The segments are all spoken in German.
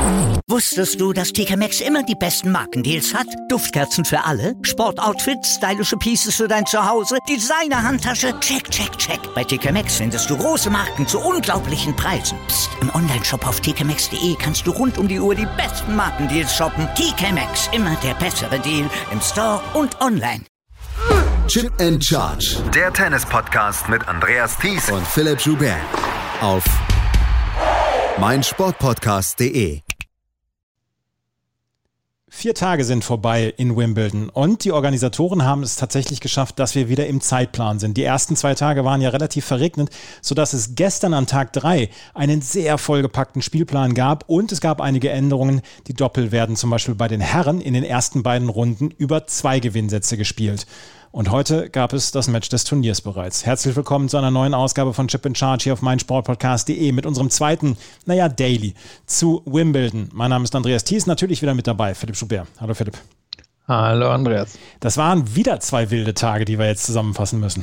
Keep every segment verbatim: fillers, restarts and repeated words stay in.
Wusstest du, dass T K Maxx immer die besten Markendeals hat? Duftkerzen für alle, Sportoutfits, stylische Pieces für dein Zuhause, Designer-Handtasche, check, check, check. Bei T K Maxx findest du große Marken zu unglaublichen Preisen. Psst. Im Onlineshop auf t k maxx punkt d e kannst du rund um die Uhr die besten Markendeals shoppen. T K Maxx, immer der bessere Deal im Store und online. Chip and Charge. Der Tennis-Podcast mit Andreas Thies und Philipp Joubert. Auf meinsportpodcast punkt de. Vier Tage sind vorbei in Wimbledon und die Organisatoren haben es tatsächlich geschafft, dass wir wieder im Zeitplan sind. Die ersten zwei Tage waren ja relativ verregnet, sodass es gestern an Tag drei einen sehr vollgepackten Spielplan gab und es gab einige Änderungen. Die Doppel werden zum Beispiel bei den Herren in den ersten beiden Runden über zwei Gewinnsätze gespielt. Und heute gab es das Match des Turniers bereits. Herzlich willkommen zu einer neuen Ausgabe von Chip and Charge hier auf meinsportpodcast punkt de mit unserem zweiten, naja, Daily zu Wimbledon. Mein Name ist Andreas Thies, natürlich wieder mit dabei, Philipp Joubert. Hallo Philipp. Hallo Andreas. Das waren wieder zwei wilde Tage, die wir jetzt zusammenfassen müssen.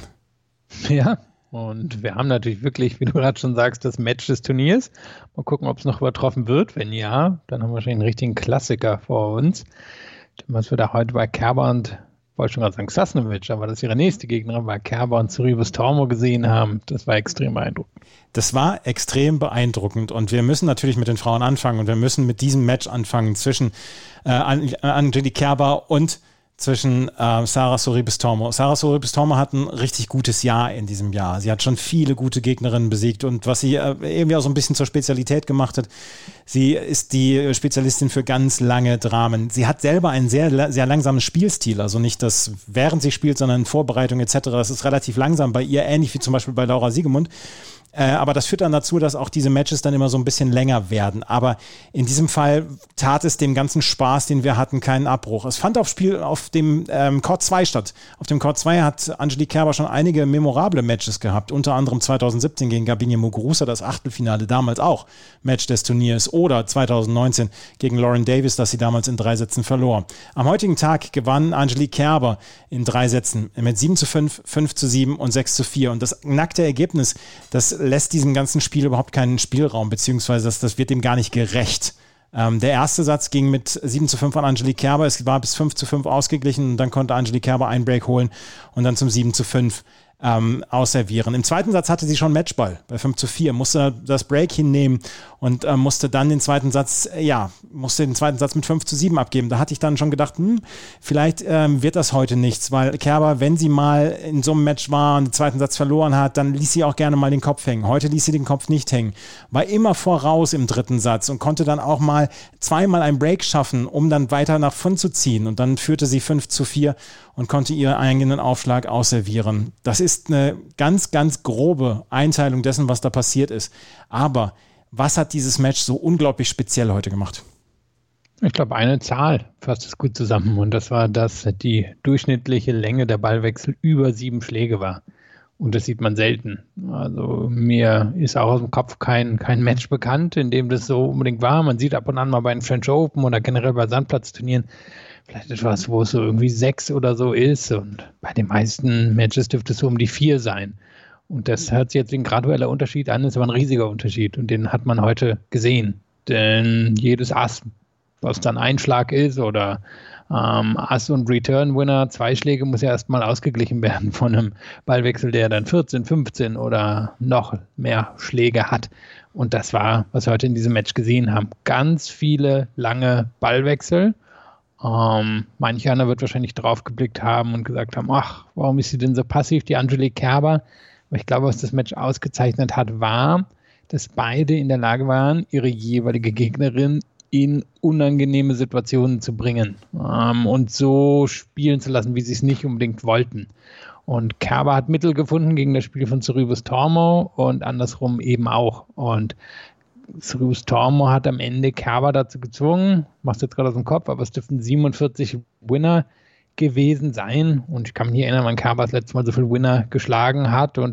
Ja, und wir haben natürlich wirklich, wie du gerade schon sagst, das Match des Turniers. Mal gucken, ob es noch übertroffen wird. Wenn ja, dann haben wir wahrscheinlich einen richtigen Klassiker vor uns. Was wir da heute bei Kerber und Ich wollte schon gerade sagen Sasnovic, aber das ihre nächste Gegnerin war Kerber und Sorribes Tormo gesehen haben. Das war extrem beeindruckend. Das war extrem beeindruckend und wir müssen natürlich mit den Frauen anfangen und wir müssen mit diesem Match anfangen zwischen äh, Angelique Kerber und zwischen äh, Sarah Sorribes Tormo. Sarah Sorribes Tormo hat ein richtig gutes Jahr in diesem Jahr. Sie hat schon viele gute Gegnerinnen besiegt und was sie äh, irgendwie auch so ein bisschen zur Spezialität gemacht hat, sie ist die Spezialistin für ganz lange Dramen. Sie hat selber einen sehr, sehr langsamen Spielstil, also nicht das, während sie spielt, sondern in Vorbereitung et cetera. Das ist relativ langsam bei ihr, ähnlich wie zum Beispiel bei Laura Siegemund. Äh, aber das führt dann dazu, dass auch diese Matches dann immer so ein bisschen länger werden. Aber in diesem Fall tat es dem ganzen Spaß, den wir hatten, keinen Abbruch. Es fand auf Spiel auf dem ähm, Court zwei statt. Auf dem Court zwei hat Angelique Kerber schon einige memorable Matches gehabt. Unter anderem zweitausendsiebzehn gegen Gabine Muguruza, das Achtelfinale, damals auch Match des Turniers. Oder zweitausendneunzehn gegen Lauren Davis, das sie damals in drei Sätzen verlor. Am heutigen Tag gewann Angelique Kerber in drei Sätzen mit sieben zu fünf, fünf zu sieben und sechs zu vier. Und das nackte Ergebnis, das lässt diesem ganzen Spiel überhaupt keinen Spielraum, beziehungsweise das, das wird dem gar nicht gerecht. Ähm, der erste Satz ging mit sieben zu fünf an Angelique Kerber, es war bis fünf zu fünf ausgeglichen und dann konnte Angelique Kerber einen Break holen und dann zum sieben zu fünf ähm, ausservieren. Im zweiten Satz hatte sie schon Matchball bei fünf zu vier, musste das Break hinnehmen und äh, musste dann den zweiten Satz, äh, ja, musste den zweiten Satz mit fünf zu sieben abgeben. Da hatte ich dann schon gedacht, hm, vielleicht ähm, wird das heute nichts, weil Kerber, wenn sie mal in so einem Match war und den zweiten Satz verloren hat, dann ließ sie auch gerne mal den Kopf hängen. Heute ließ sie den Kopf nicht hängen. War immer voraus im dritten Satz und konnte dann auch mal zweimal einen Break schaffen, um dann weiter nach vorn zu ziehen. Und dann führte sie fünf zu vier und konnte ihren eigenen Aufschlag ausservieren. Das ist eine ganz, ganz grobe Einteilung dessen, was da passiert ist. Aber was hat dieses Match so unglaublich speziell heute gemacht? Ich glaube, eine Zahl fasst es gut zusammen und das war, dass die durchschnittliche Länge der Ballwechsel über sieben Schläge war. Und das sieht man selten. Also mir ist auch aus dem Kopf kein, kein Match bekannt, in dem das so unbedingt war. Man sieht ab und an mal bei den French Open oder generell bei Sandplatzturnieren vielleicht etwas, wo es so irgendwie sechs oder so ist. Und bei den meisten Matches dürfte es so um die vier sein. Und das hört sich jetzt wie ein gradueller Unterschied an, ist aber ein riesiger Unterschied. Und den hat man heute gesehen. Denn jedes Ass, was dann ein Schlag ist oder ähm, Ass und Return-Winner, zwei Schläge, muss ja erstmal ausgeglichen werden von einem Ballwechsel, der dann vierzehn, fünfzehn oder noch mehr Schläge hat. Und das war, was wir heute in diesem Match gesehen haben. Ganz viele lange Ballwechsel. Ähm, manch einer wird wahrscheinlich drauf geblickt haben und gesagt haben, ach, warum ist sie denn so passiv, die Angelique Kerber? Aber ich glaube, was das Match ausgezeichnet hat, war, dass beide in der Lage waren, ihre jeweilige Gegnerin in unangenehme Situationen zu bringen ähm, und so spielen zu lassen, wie sie es nicht unbedingt wollten. Und Kerber hat Mittel gefunden gegen das Spiel von Sorribes Tormo und andersrum eben auch. Und Sorribes Tormo hat am Ende Kerber dazu gezwungen, machst jetzt gerade aus dem Kopf, aber es dürften siebenundvierzig Winner gewesen sein. Und ich kann mich nicht erinnern, wann Kerber das letzte Mal so viel Winner geschlagen hat. Und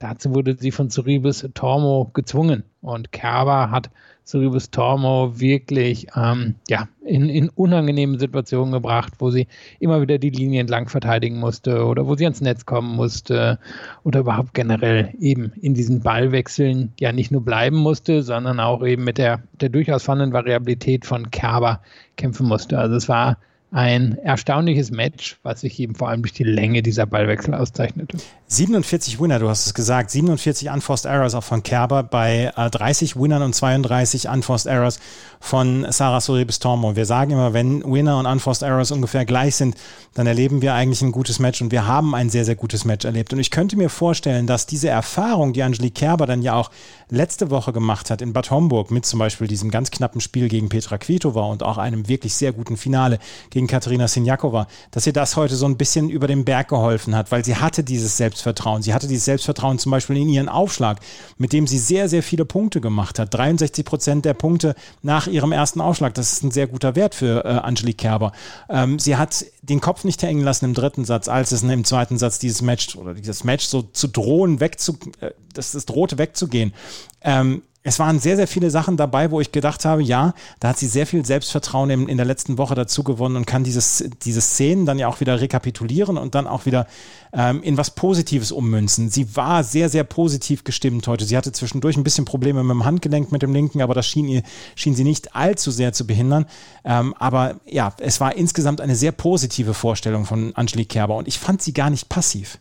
dazu wurde sie von Sorribes Tormo gezwungen. Und Kerber hat Sorribes Tormo wirklich ähm, ja, in, in unangenehme Situationen gebracht, wo sie immer wieder die Linie entlang verteidigen musste oder wo sie ans Netz kommen musste oder überhaupt generell eben in diesen Ballwechseln ja nicht nur bleiben musste, sondern auch eben mit der, der durchaus vorhandenen Variabilität von Kerber kämpfen musste. Also es war ein erstaunliches Match, was sich eben vor allem durch die Länge dieser Ballwechsel auszeichnete. siebenundvierzig Winner, du hast es gesagt, siebenundvierzig Unforced Errors auch von Kerber bei äh, dreißig Winnern und zweiunddreißig Unforced Errors von Sarah Sorribes Tormo. Wir sagen immer, wenn Winner und Unforced Errors ungefähr gleich sind, dann erleben wir eigentlich ein gutes Match und wir haben ein sehr, sehr gutes Match erlebt. Und ich könnte mir vorstellen, dass diese Erfahrung, die Angelique Kerber dann ja auch letzte Woche gemacht hat in Bad Homburg mit zum Beispiel diesem ganz knappen Spiel gegen Petra Kvitova und auch einem wirklich sehr guten Finale gegen Katerina Siniakova, dass ihr das heute so ein bisschen über den Berg geholfen hat, weil sie hatte dieses Selbstvertrauen. Sie hatte dieses Selbstvertrauen zum Beispiel in ihren Aufschlag, mit dem sie sehr, sehr viele Punkte gemacht hat. dreiundsechzig Prozent der Punkte nach ihrem ersten Aufschlag. Das ist ein sehr guter Wert für äh, Angelique Kerber. Ähm, sie hat den Kopf nicht hängen lassen im dritten Satz, als es im zweiten Satz dieses Match oder dieses Match so zu drohen, wegzu, äh, dass es drohte wegzugehen. Ähm, Es waren sehr, sehr viele Sachen dabei, wo ich gedacht habe, ja, da hat sie sehr viel Selbstvertrauen in, in der letzten Woche dazu gewonnen und kann dieses, diese Szenen dann ja auch wieder rekapitulieren und dann auch wieder ähm, in was Positives ummünzen. Sie war sehr, sehr positiv gestimmt heute. Sie hatte zwischendurch ein bisschen Probleme mit dem Handgelenk, mit dem linken, aber das schien, ihr, schien sie nicht allzu sehr zu behindern. Ähm, aber ja, es war insgesamt eine sehr positive Vorstellung von Angelique Kerber und ich fand sie gar nicht passiv.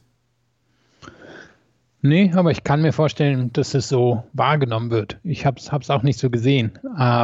Nee, aber ich kann mir vorstellen, dass es so wahrgenommen wird. Ich habe es auch nicht so gesehen.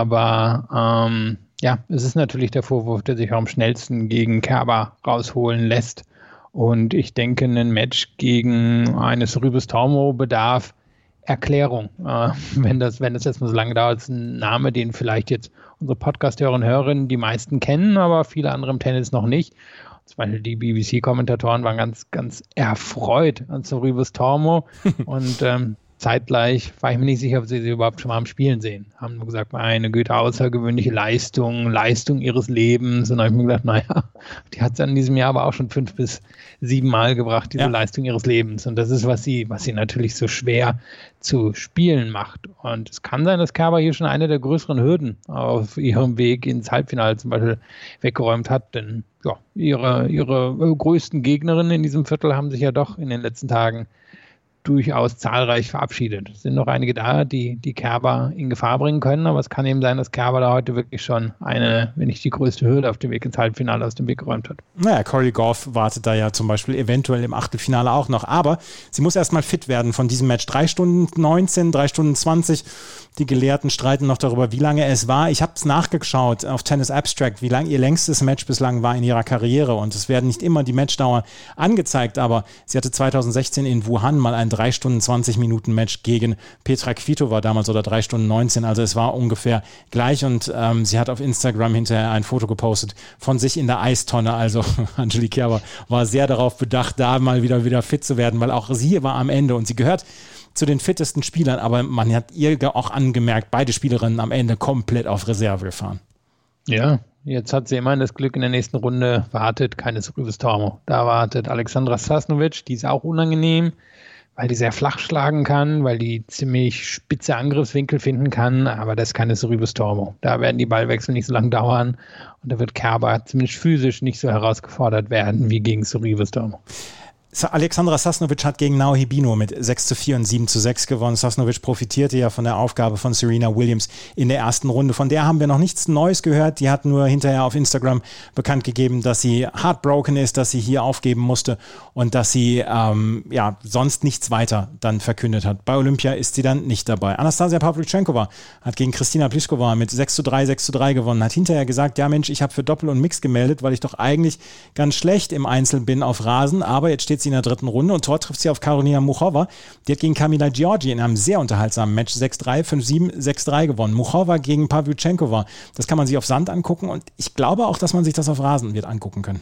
Aber ähm, ja, es ist natürlich der Vorwurf, der sich am schnellsten gegen Kerber rausholen lässt. Und ich denke, ein Match gegen eine Sorribes Tormo bedarf Erklärung. Äh, wenn das, wenn das jetzt mal so lange dauert, ist ein Name, den vielleicht jetzt unsere Podcast-Hörer und Hörerinnen die meisten kennen, aber viele andere im Tennis noch nicht. Zum Beispiel die B B C-Kommentatoren waren ganz, ganz erfreut an Sorribes Tormo und ähm, zeitgleich war ich mir nicht sicher, ob sie sie überhaupt schon mal am Spielen sehen. Haben nur gesagt, meine Güte, außergewöhnliche Leistung, Leistung ihres Lebens. Und dann habe ich mir gedacht, naja, die hat es in diesem Jahr aber auch schon fünf bis sieben Mal gebracht, diese ja. Leistung ihres Lebens. Und das ist, was sie, was sie natürlich so schwer zu spielen macht. Und es kann sein, dass Kerber hier schon eine der größeren Hürden auf ihrem Weg ins Halbfinale zum Beispiel weggeräumt hat, denn ja, ihre, ihre größten Gegnerinnen in diesem Viertel haben sich ja doch in den letzten Tagen durchaus zahlreich verabschiedet. Es sind noch einige da, die die Kerber in Gefahr bringen können, aber es kann eben sein, dass Kerber da heute wirklich schon eine, wenn nicht die größte Hürde auf dem Weg ins Halbfinale aus dem Weg geräumt hat. Naja, Corey Goff wartet da ja zum Beispiel eventuell im Achtelfinale auch noch, aber sie muss erstmal fit werden von diesem Match. drei Stunden neunzehn, drei Stunden zwanzig. Die Gelehrten streiten noch darüber, wie lange es war. Ich habe es nachgeschaut auf Tennis Abstract, wie lang ihr längstes Match bislang war in ihrer Karriere und es werden nicht immer die Matchdauer angezeigt, aber sie hatte zweitausendsechzehn in Wuhan mal ein drei Stunden zwanzig Minuten Match gegen Petra Kvitova damals oder drei Stunden neunzehn, also es war ungefähr gleich und ähm, sie hat auf Instagram hinterher ein Foto gepostet von sich in der Eistonne, also Angelique Kerber war sehr darauf bedacht, da mal wieder, wieder fit zu werden, weil auch sie war am Ende und sie gehört zu den fittesten Spielern, aber man hat ihr auch angemerkt, beide Spielerinnen am Ende komplett auf Reserve gefahren. Ja, jetzt hat sie immerhin das Glück, in der nächsten Runde wartet keine Sorribes Tormo. Da wartet Alexandra Sasnovic, die ist auch unangenehm, weil die sehr flach schlagen kann, weil die ziemlich spitze Angriffswinkel finden kann, aber das ist keine Sorribes Tormo. Da werden die Ballwechsel nicht so lange dauern und da wird Kerber zumindest physisch nicht so herausgefordert werden wie gegen Sorribes Tormo. Alexandra Sasnovic hat gegen Naomi Hibino mit sechs zu vier und sieben zu sechs gewonnen. Sasnovic profitierte ja von der Aufgabe von Serena Williams in der ersten Runde. Von der haben wir noch nichts Neues gehört. Die hat nur hinterher auf Instagram bekannt gegeben, dass sie heartbroken ist, dass sie hier aufgeben musste und dass sie ähm, ja sonst nichts weiter dann verkündet hat. Bei Olympia ist sie dann nicht dabei. Anastasia Pavlyuchenkova hat gegen Kristina Pliskova mit sechs zu drei, sechs zu drei gewonnen. Hat hinterher gesagt, ja Mensch, ich habe für Doppel und Mix gemeldet, weil ich doch eigentlich ganz schlecht im Einzel bin auf Rasen, aber jetzt steht sie in der dritten Runde und dort trifft sie auf Karolina Muchova. Die hat gegen Kamila Giorgi in einem sehr unterhaltsamen Match sechs drei, fünf sieben, sechs drei gewonnen. Muchova gegen Pavlyuchenkova. Das kann man sich auf Sand angucken und ich glaube auch, dass man sich das auf Rasen wird angucken können.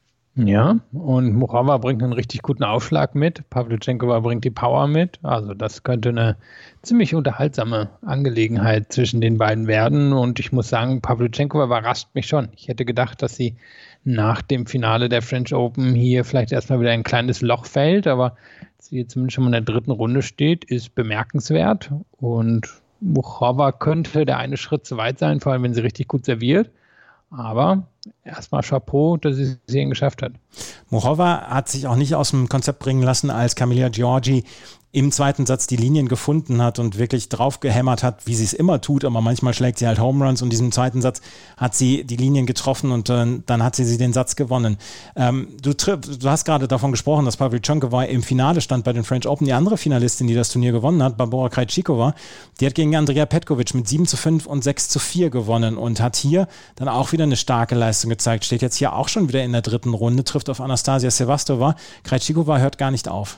Ja, und Muchova bringt einen richtig guten Aufschlag mit. Pavlyuchenkova bringt die Power mit. Also das könnte eine ziemlich unterhaltsame Angelegenheit zwischen den beiden werden. Und ich muss sagen, Pavlyuchenkova überrascht mich schon. Ich hätte gedacht, dass sie nach dem Finale der French Open hier vielleicht erstmal wieder ein kleines Loch fällt, aber sie jetzt zumindest schon mal in der dritten Runde steht, ist bemerkenswert. Und Muchova könnte der eine Schritt zu weit sein, vor allem wenn sie richtig gut serviert. Aber erstmal Chapeau, dass sie es hierhin geschafft hat. Muchova hat sich auch nicht aus dem Konzept bringen lassen, als Camila Giorgi im zweiten Satz die Linien gefunden hat und wirklich drauf gehämmert hat, wie sie es immer tut, aber manchmal schlägt sie halt Home Runs und in diesem zweiten Satz hat sie die Linien getroffen und äh, dann hat sie, sie den Satz gewonnen. Ähm, du, du hast gerade davon gesprochen, dass Pavlyuchenkova im Finale stand bei den French Open. Die andere Finalistin, die das Turnier gewonnen hat, Barbora Krejcikova, die hat gegen Andrea Petkovic mit sieben zu fünf und sechs zu vier gewonnen und hat hier dann auch wieder eine starke Leistung gezeigt. Steht jetzt hier auch schon wieder in der dritten Runde, trifft auf Anastasia Sevastova. Krejcikova hört gar nicht auf.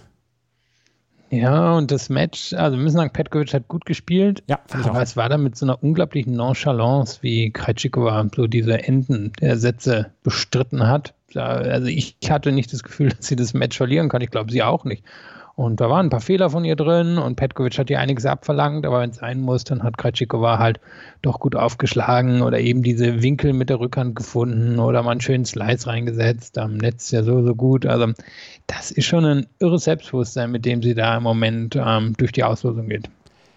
Ja, und das Match, also wir müssen sagen, Petkovic hat gut gespielt, ja, aber es war dann mit so einer unglaublichen Nonchalance, wie Krejcikova so diese Enden der Sätze bestritten hat. Also ich hatte nicht das Gefühl, dass sie das Match verlieren kann, ich glaube sie auch nicht. Und da waren ein paar Fehler von ihr drin und Petkovic hat ihr einiges abverlangt, aber wenn es sein muss, dann hat Krejcikova halt doch gut aufgeschlagen oder eben diese Winkel mit der Rückhand gefunden oder mal einen schönen Slice reingesetzt. Am Netz ja so, so gut. Also das ist schon ein irres Selbstbewusstsein, mit dem sie da im Moment ähm, durch die Auslosung geht.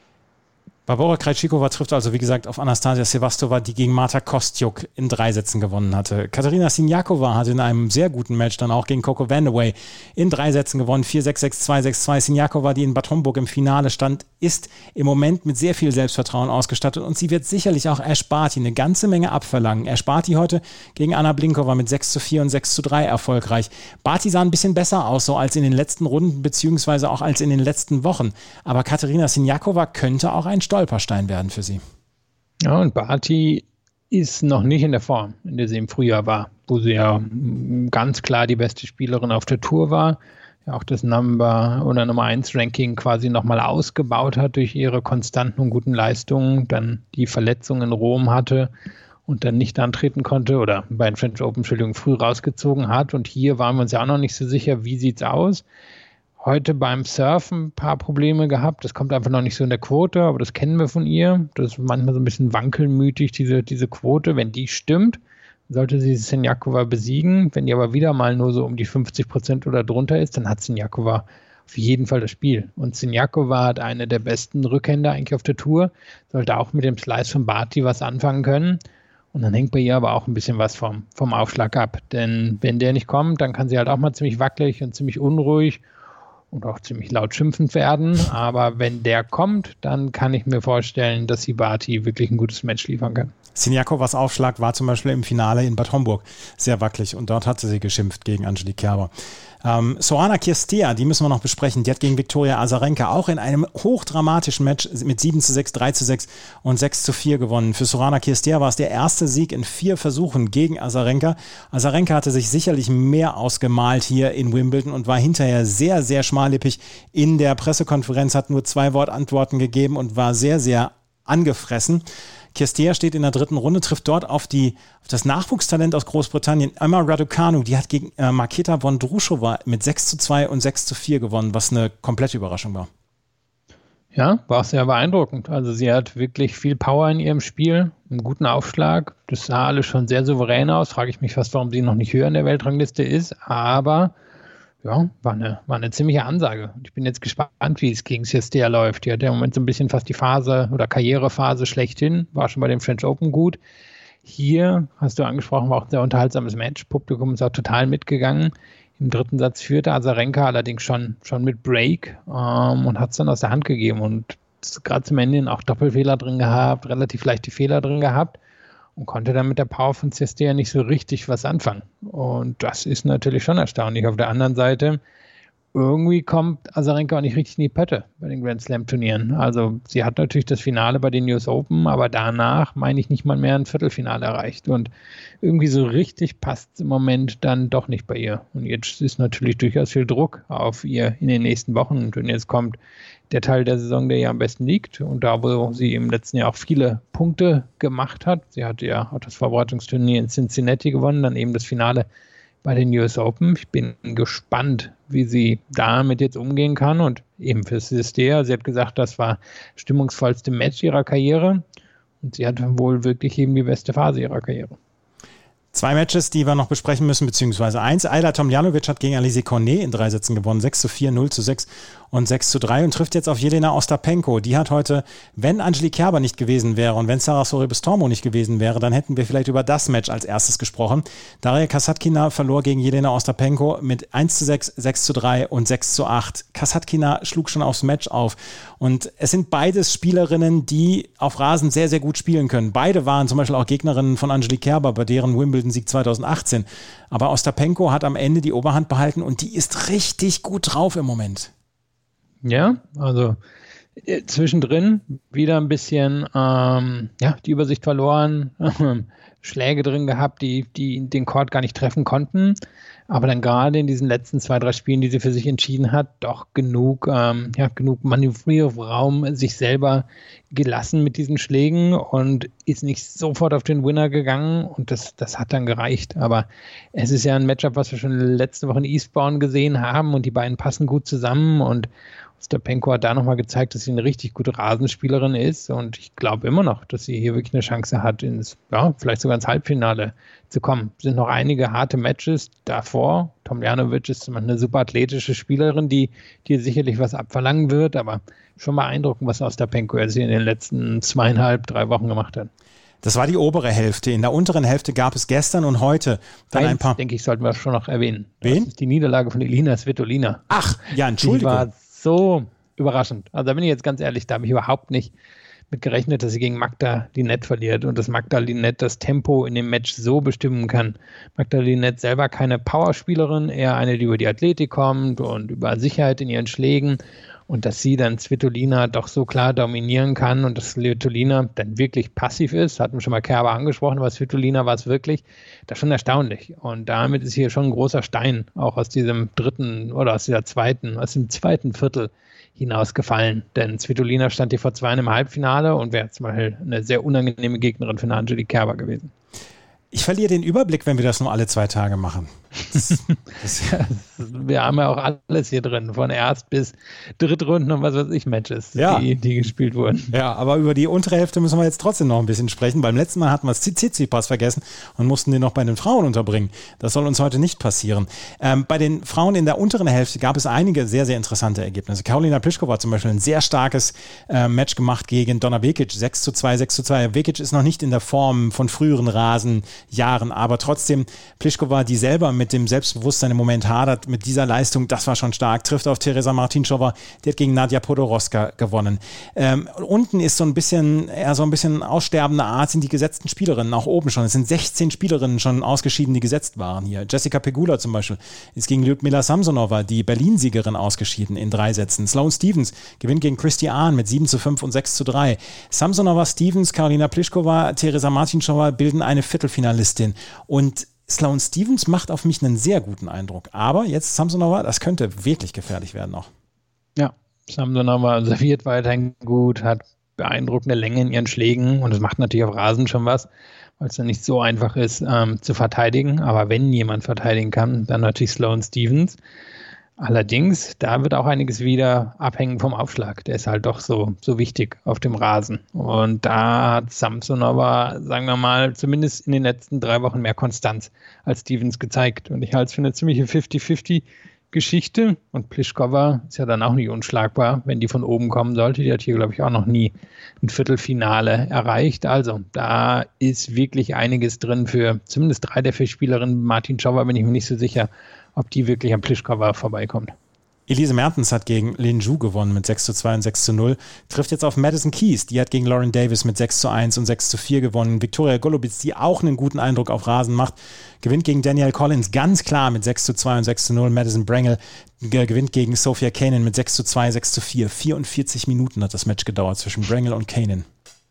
Barbora Krejcikova trifft also, wie gesagt, auf Anastasia Sevastova, die gegen Marta Kostyuk in drei Sätzen gewonnen hatte. Katerina Siniakova hat in einem sehr guten Match dann auch gegen Coco Vandeweghe in drei Sätzen gewonnen. vier sechs, sechs zwei, sechs zwei. Siniakova, die in Bad Homburg im Finale stand, ist im Moment mit sehr viel Selbstvertrauen ausgestattet und sie wird sicherlich auch Ash Barty eine ganze Menge abverlangen. Ash Barty heute gegen Anna Blinkova mit sechs zu vier und sechs zu drei erfolgreich. Barty sah ein bisschen besser aus, so als in den letzten Runden, beziehungsweise auch als in den letzten Wochen. Aber Katerina Siniakova könnte auch ein Stolperstein werden für sie. Ja, und Barty ist noch nicht in der Form, in der sie im Frühjahr war, wo sie ja ganz klar die beste Spielerin auf der Tour war, ja auch das Number- oder Nummer eins Ranking quasi nochmal ausgebaut hat durch ihre konstanten und guten Leistungen, dann die Verletzung in Rom hatte und dann nicht antreten konnte oder bei den French Open, Entschuldigung, früh rausgezogen hat. Und hier waren wir uns ja auch noch nicht so sicher, wie sieht es aus. Heute beim Surfen ein paar Probleme gehabt. Das kommt einfach noch nicht so in der Quote, aber das kennen wir von ihr. Das ist manchmal so ein bisschen wankelmütig, diese, diese Quote. Wenn die stimmt, sollte sie Siniakova besiegen. Wenn die aber wieder mal nur so um die fünfzig Prozent oder drunter ist, dann hat Siniakova auf jeden Fall das Spiel. Und Siniakova hat eine der besten Rückhände eigentlich auf der Tour. Sollte auch mit dem Slice von Barty was anfangen können. Und dann hängt bei ihr aber auch ein bisschen was vom, vom Aufschlag ab. Denn wenn der nicht kommt, dann kann sie halt auch mal ziemlich wackelig und ziemlich unruhig und auch ziemlich laut schimpfend werden. Aber wenn der kommt, dann kann ich mir vorstellen, dass sie Barty wirklich ein gutes Match liefern kann. Siniakovas Aufschlag war zum Beispiel im Finale in Bad Homburg sehr wackelig und dort hatte sie geschimpft gegen Angelique Kerber. Ähm, Sorana Cirstea, die müssen wir noch besprechen, die hat gegen Viktoria Azarenka auch in einem hochdramatischen Match mit sieben zu sechs, drei zu sechs und sechs zu vier gewonnen. Für Sorana Cirstea war es der erste Sieg in vier Versuchen gegen Azarenka. Azarenka hatte sich sicherlich mehr ausgemalt hier in Wimbledon und war hinterher sehr, sehr schmallippig in der Pressekonferenz, hat nur zwei Wortantworten gegeben und war sehr, sehr angefressen. Cirstea steht in der dritten Runde, trifft dort auf, die, auf das Nachwuchstalent aus Großbritannien, Emma Raducanu, die hat gegen äh, Marketa Vondrushova mit sechs zu zwei und sechs zu vier gewonnen, was eine komplette Überraschung war. Ja, war auch sehr beeindruckend. Also sie hat wirklich viel Power in ihrem Spiel, einen guten Aufschlag. Das sah alles schon sehr souverän aus. Frage ich mich fast, warum sie noch nicht höher in der Weltrangliste ist. Aber ja, war eine, war eine ziemliche Ansage. Ich bin jetzt gespannt, wie es gegen Cirstea läuft. Die hat ja im Moment so ein bisschen fast die Phase oder Karrierephase schlechthin. War schon bei dem French Open gut. Hier, hast du angesprochen, war auch ein sehr unterhaltsames Match. Publikum ist auch total mitgegangen. Im dritten Satz führte Azarenka allerdings schon, schon mit Break ähm, und hat es dann aus der Hand gegeben. Und gerade zum Ende auch Doppelfehler drin gehabt, relativ leichte Fehler drin gehabt. Und konnte dann mit der Power von Cirstea nicht so richtig was anfangen. Und das ist natürlich schon erstaunlich. Auf der anderen Seite, irgendwie kommt Azarenka auch nicht richtig in die Pötte bei den Grand Slam Turnieren. Also sie hat natürlich das Finale bei den U S Open, aber danach, meine ich, nicht mal mehr ein Viertelfinale erreicht. Und irgendwie so richtig passt es im Moment dann doch nicht bei ihr. Und jetzt ist natürlich durchaus viel Druck auf ihr in den nächsten Wochen. Und jetzt kommt der Teil der Saison, der ihr am besten liegt und da, wo sie im letzten Jahr auch viele Punkte gemacht hat. Sie hatte ja auch das Vorbereitungsturnier in Cincinnati gewonnen, dann eben das Finale bei den U S Open. Ich bin gespannt, wie sie damit jetzt umgehen kann und eben für Cirstea. Sie hat gesagt, das war das stimmungsvollste Match ihrer Karriere und sie hat wohl wirklich eben die beste Phase ihrer Karriere. Zwei Matches, die wir noch besprechen müssen, beziehungsweise eins. Ajla Tomljanovic hat gegen Alizé Cornet in drei Sätzen gewonnen. sechs zu vier, null zu sechs und sechs zu drei und trifft jetzt auf Jelena Ostapenko. Die hat heute, wenn Angelique Kerber nicht gewesen wäre und wenn Sarah Sorribes-Tormo nicht gewesen wäre, dann hätten wir vielleicht über das Match als erstes gesprochen. Daria Kasatkina verlor gegen Jelena Ostapenko mit eins zu sechs, sechs zu drei und sechs zu acht. Kasatkina schlug schon aufs Match auf. Und es sind beides Spielerinnen, die auf Rasen sehr, sehr gut spielen können. Beide waren zum Beispiel auch Gegnerinnen von Angelique Kerber bei deren Wimbledon-Sieg zweitausendachtzehn. Aber Ostapenko hat am Ende die Oberhand behalten und die ist richtig gut drauf im Moment. Ja, also äh, zwischendrin wieder ein bisschen ähm, ja, die Übersicht verloren, Schläge drin gehabt, die, die den Court gar nicht treffen konnten. Aber dann gerade in diesen letzten zwei, drei Spielen, die sie für sich entschieden hat, doch genug, ähm, ja, genug Manövrierraum sich selber gelassen mit diesen Schlägen und ist nicht sofort auf den Winner gegangen und das, das hat dann gereicht. Aber es ist ja ein Matchup, was wir schon letzte Woche in Eastbourne gesehen haben und die beiden passen gut zusammen und Ostapenko hat da nochmal gezeigt, dass sie eine richtig gute Rasenspielerin ist und ich glaube immer noch, dass sie hier wirklich eine Chance hat, ins, ja, vielleicht sogar ins Halbfinale zu kommen. Es sind noch einige harte Matches davor. Tomljanovic ist eine super athletische Spielerin, die dir sicherlich was abverlangen wird, aber schon beeindruckend, was Ostapenko jetzt hier in den letzten zweieinhalb, drei Wochen gemacht hat. Das war die obere Hälfte. In der unteren Hälfte gab es gestern und heute dann Eins, ein paar... denke ich, sollten wir schon noch erwähnen. Wen? Das ist die Niederlage von Elina Svitolina. Ach, ja, Entschuldigung. Die war so überraschend. Also da bin ich jetzt ganz ehrlich, da habe ich überhaupt nicht mit gerechnet, dass sie gegen Magda Linette verliert und dass Magda Linette das Tempo in dem Match so bestimmen kann. Magda Linette selber keine Powerspielerin, eher eine, die über die Athletik kommt und über Sicherheit in ihren Schlägen und dass sie dann Svitolina doch so klar dominieren kann und dass Svitolina dann wirklich passiv ist, hatten wir schon mal Kerber angesprochen, aber Svitolina war es wirklich, das ist schon erstaunlich und damit ist hier schon ein großer Stein auch aus diesem dritten oder aus dieser zweiten, aus dem zweiten Viertel hinausgefallen, denn Svitolina stand hier vor zwei im Halbfinale und wäre zum Beispiel eine sehr unangenehme Gegnerin für eine Angelique Kerber gewesen. Ich verliere den Überblick, wenn wir das nur alle zwei Tage machen. Das, das wir haben ja auch alles hier drin, von Erst- bis Drittrunden und was weiß ich Matches, ja. die, die gespielt wurden. Ja, aber über die untere Hälfte müssen wir jetzt trotzdem noch ein bisschen sprechen. Beim letzten Mal hatten wir Tsitsipas vergessen und mussten den noch bei den Frauen unterbringen. Das soll uns heute nicht passieren. Ähm, bei den Frauen in der unteren Hälfte gab es einige sehr, sehr interessante Ergebnisse. Karolina Pliskova hat zum Beispiel ein sehr starkes äh, Match gemacht gegen Donna Vekic, sechs zu zwei, sechs zu zwei. Vekic ist noch nicht in der Form von früheren Rasenjahren, aber trotzdem Pliskova, die selber mit dem Selbstbewusstsein im Moment hadert, mit dieser Leistung, das war schon stark, trifft auf Teresa Martincova, die hat gegen Nadia Podoroska gewonnen. Ähm, unten ist so ein bisschen, eher so ein bisschen aussterbende Art, sind die gesetzten Spielerinnen, auch oben schon. Es sind sechzehn Spielerinnen schon ausgeschieden, die gesetzt waren hier. Jessica Pegula zum Beispiel ist gegen Lyudmila Samsonova, die Berlin-Siegerin, ausgeschieden in drei Sätzen. Sloane Stephens gewinnt gegen Christy Ahn mit sieben zu fünf und sechs zu drei. Samsonova, Stephens, Karolina Pliskova, Teresa Martincova bilden eine Viertelfinalistin und Sloane Stephens macht auf mich einen sehr guten Eindruck. Aber jetzt Samsonova, das könnte wirklich gefährlich werden noch. Ja, Samsonova serviert weiterhin gut, hat beeindruckende Länge in ihren Schlägen und es macht natürlich auf Rasen schon was, weil es dann nicht so einfach ist ähm, zu verteidigen. Aber wenn jemand verteidigen kann, dann natürlich Sloane Stephens. Allerdings, da wird auch einiges wieder abhängen vom Aufschlag. Der ist halt doch so, so wichtig auf dem Rasen. Und da hat Samsonova, sagen wir mal, zumindest in den letzten drei Wochen mehr Konstanz als Stephens gezeigt. Und ich halte es für eine ziemliche fünfzig fünfzig Geschichte. Und Pliskova ist ja dann auch nicht unschlagbar, wenn die von oben kommen sollte. Die hat hier, glaube ich, auch noch nie ein Viertelfinale erreicht. Also da ist wirklich einiges drin für zumindest drei der vier Spielerinnen. Martincova bin ich mir nicht so sicher, ob die wirklich am Pliskova vorbeikommt. Elise Mertens hat gegen Lin Zhu gewonnen mit sechs zu zwei und sechs zu null. Trifft jetzt auf Madison Keys. Die hat gegen Lauren Davis mit sechs zu eins und sechs zu vier gewonnen. Viktoria Golubic, die auch einen guten Eindruck auf Rasen macht, gewinnt gegen Danielle Collins ganz klar mit sechs zu zwei und sechs zu null. Madison Brangel gewinnt gegen Sophia Kenin mit sechs zu zwei, sechs zu vier. vierundvierzig Minuten hat das Match gedauert zwischen Brangel und Kenin.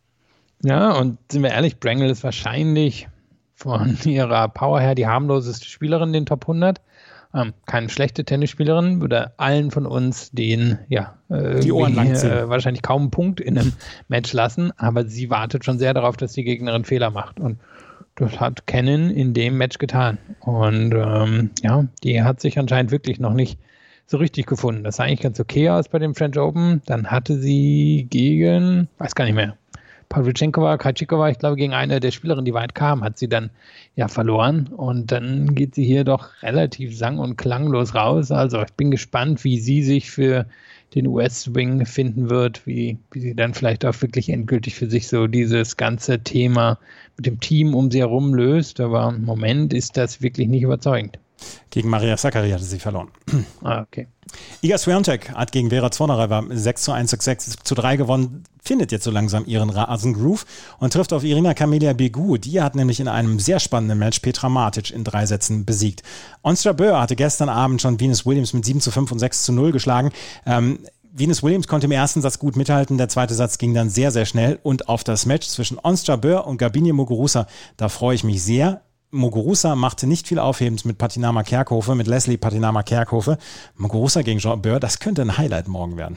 Ja, und sind wir ehrlich, Brangel ist wahrscheinlich von ihrer Power her die harmloseste Spielerin in den Top hundert. Ähm, keine schlechte Tennisspielerin, würde allen von uns den, ja, äh, die Ohren lang ziehen. Äh, wahrscheinlich kaum einen Punkt in einem Match lassen, aber sie wartet schon sehr darauf, dass die Gegnerin Fehler macht und das hat Kenin in dem Match getan und ähm, ja, die hat sich anscheinend wirklich noch nicht so richtig gefunden. Das sah eigentlich ganz okay aus bei dem French Open, dann hatte sie gegen, weiß gar nicht mehr, Pavlyuchenkova, Krejcikova, ich glaube, gegen eine der Spielerinnen, die weit kam, hat sie dann ja verloren. Und dann geht sie hier doch relativ sang- und klanglos raus. Also ich bin gespannt, wie sie sich für den U S-Swing finden wird, wie, wie sie dann vielleicht auch wirklich endgültig für sich so dieses ganze Thema mit dem Team um sie herum löst. Aber im Moment ist das wirklich nicht überzeugend. Gegen Maria Sakkari hatte sie verloren. Ah, okay. Iga Swiatek hat gegen Vera Zvonareva sechs zu eins, sechs zu drei gewonnen, findet jetzt so langsam ihren Rasengroove und trifft auf Irina Camelia Begu. Die hat nämlich in einem sehr spannenden Match Petra Martic in drei Sätzen besiegt. Ons Jabeur hatte gestern Abend schon Venus Williams mit sieben zu fünf und sechs zu null geschlagen. Ähm, Venus Williams konnte im ersten Satz gut mithalten, der zweite Satz ging dann sehr, sehr schnell und auf das Match zwischen Ons Jabeur und Garbine Muguruza, da freue ich mich sehr. Muguruza machte nicht viel Aufhebens mit Patinama Kerkhofe, mit Leslie Patinama Kerkhofe. Muguruza gegen Jabeur, das könnte ein Highlight morgen werden.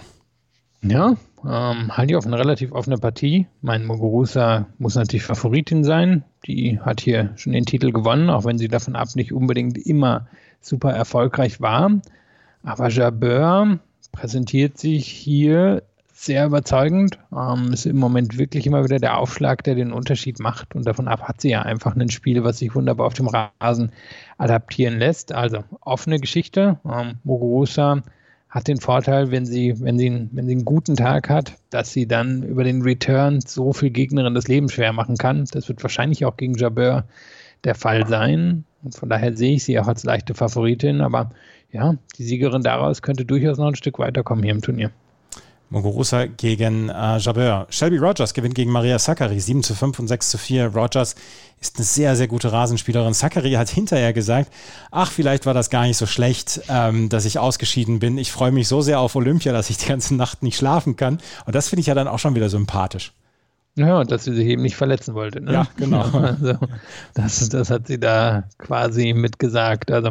Ja, ähm, halte ich auf eine relativ offene Partie. Mein Muguruza muss natürlich Favoritin sein. Die hat hier schon den Titel gewonnen, auch wenn sie davon ab nicht unbedingt immer super erfolgreich war. Aber Jabeur präsentiert sich hier sehr überzeugend. Ähm, ist im Moment wirklich immer wieder der Aufschlag, der den Unterschied macht. Und davon ab hat sie ja einfach ein Spiel, was sich wunderbar auf dem Rasen adaptieren lässt. Also offene Geschichte. Ähm, Muguruza hat den Vorteil, wenn sie, wenn sie, wenn sie einen guten Tag hat, dass sie dann über den Return so viel Gegnerin das Leben schwer machen kann. Das wird wahrscheinlich auch gegen Jabeur der Fall sein. Und von daher sehe ich sie auch als leichte Favoritin. Aber ja, die Siegerin daraus könnte durchaus noch ein Stück weiterkommen hier im Turnier. Muguruza gegen äh, Jabeur. Shelby Rogers gewinnt gegen Maria Sakkari sieben zu fünf und sechs zu vier. Rogers ist eine sehr, sehr gute Rasenspielerin. Sakkari hat hinterher gesagt, ach, vielleicht war das gar nicht so schlecht, ähm, dass ich ausgeschieden bin. Ich freue mich so sehr auf Olympia, dass ich die ganze Nacht nicht schlafen kann. Und das finde ich ja dann auch schon wieder sympathisch. Ja, und dass sie sich eben nicht verletzen wollte. Ne? Ja, genau. Also, das, das hat sie da quasi mitgesagt. Also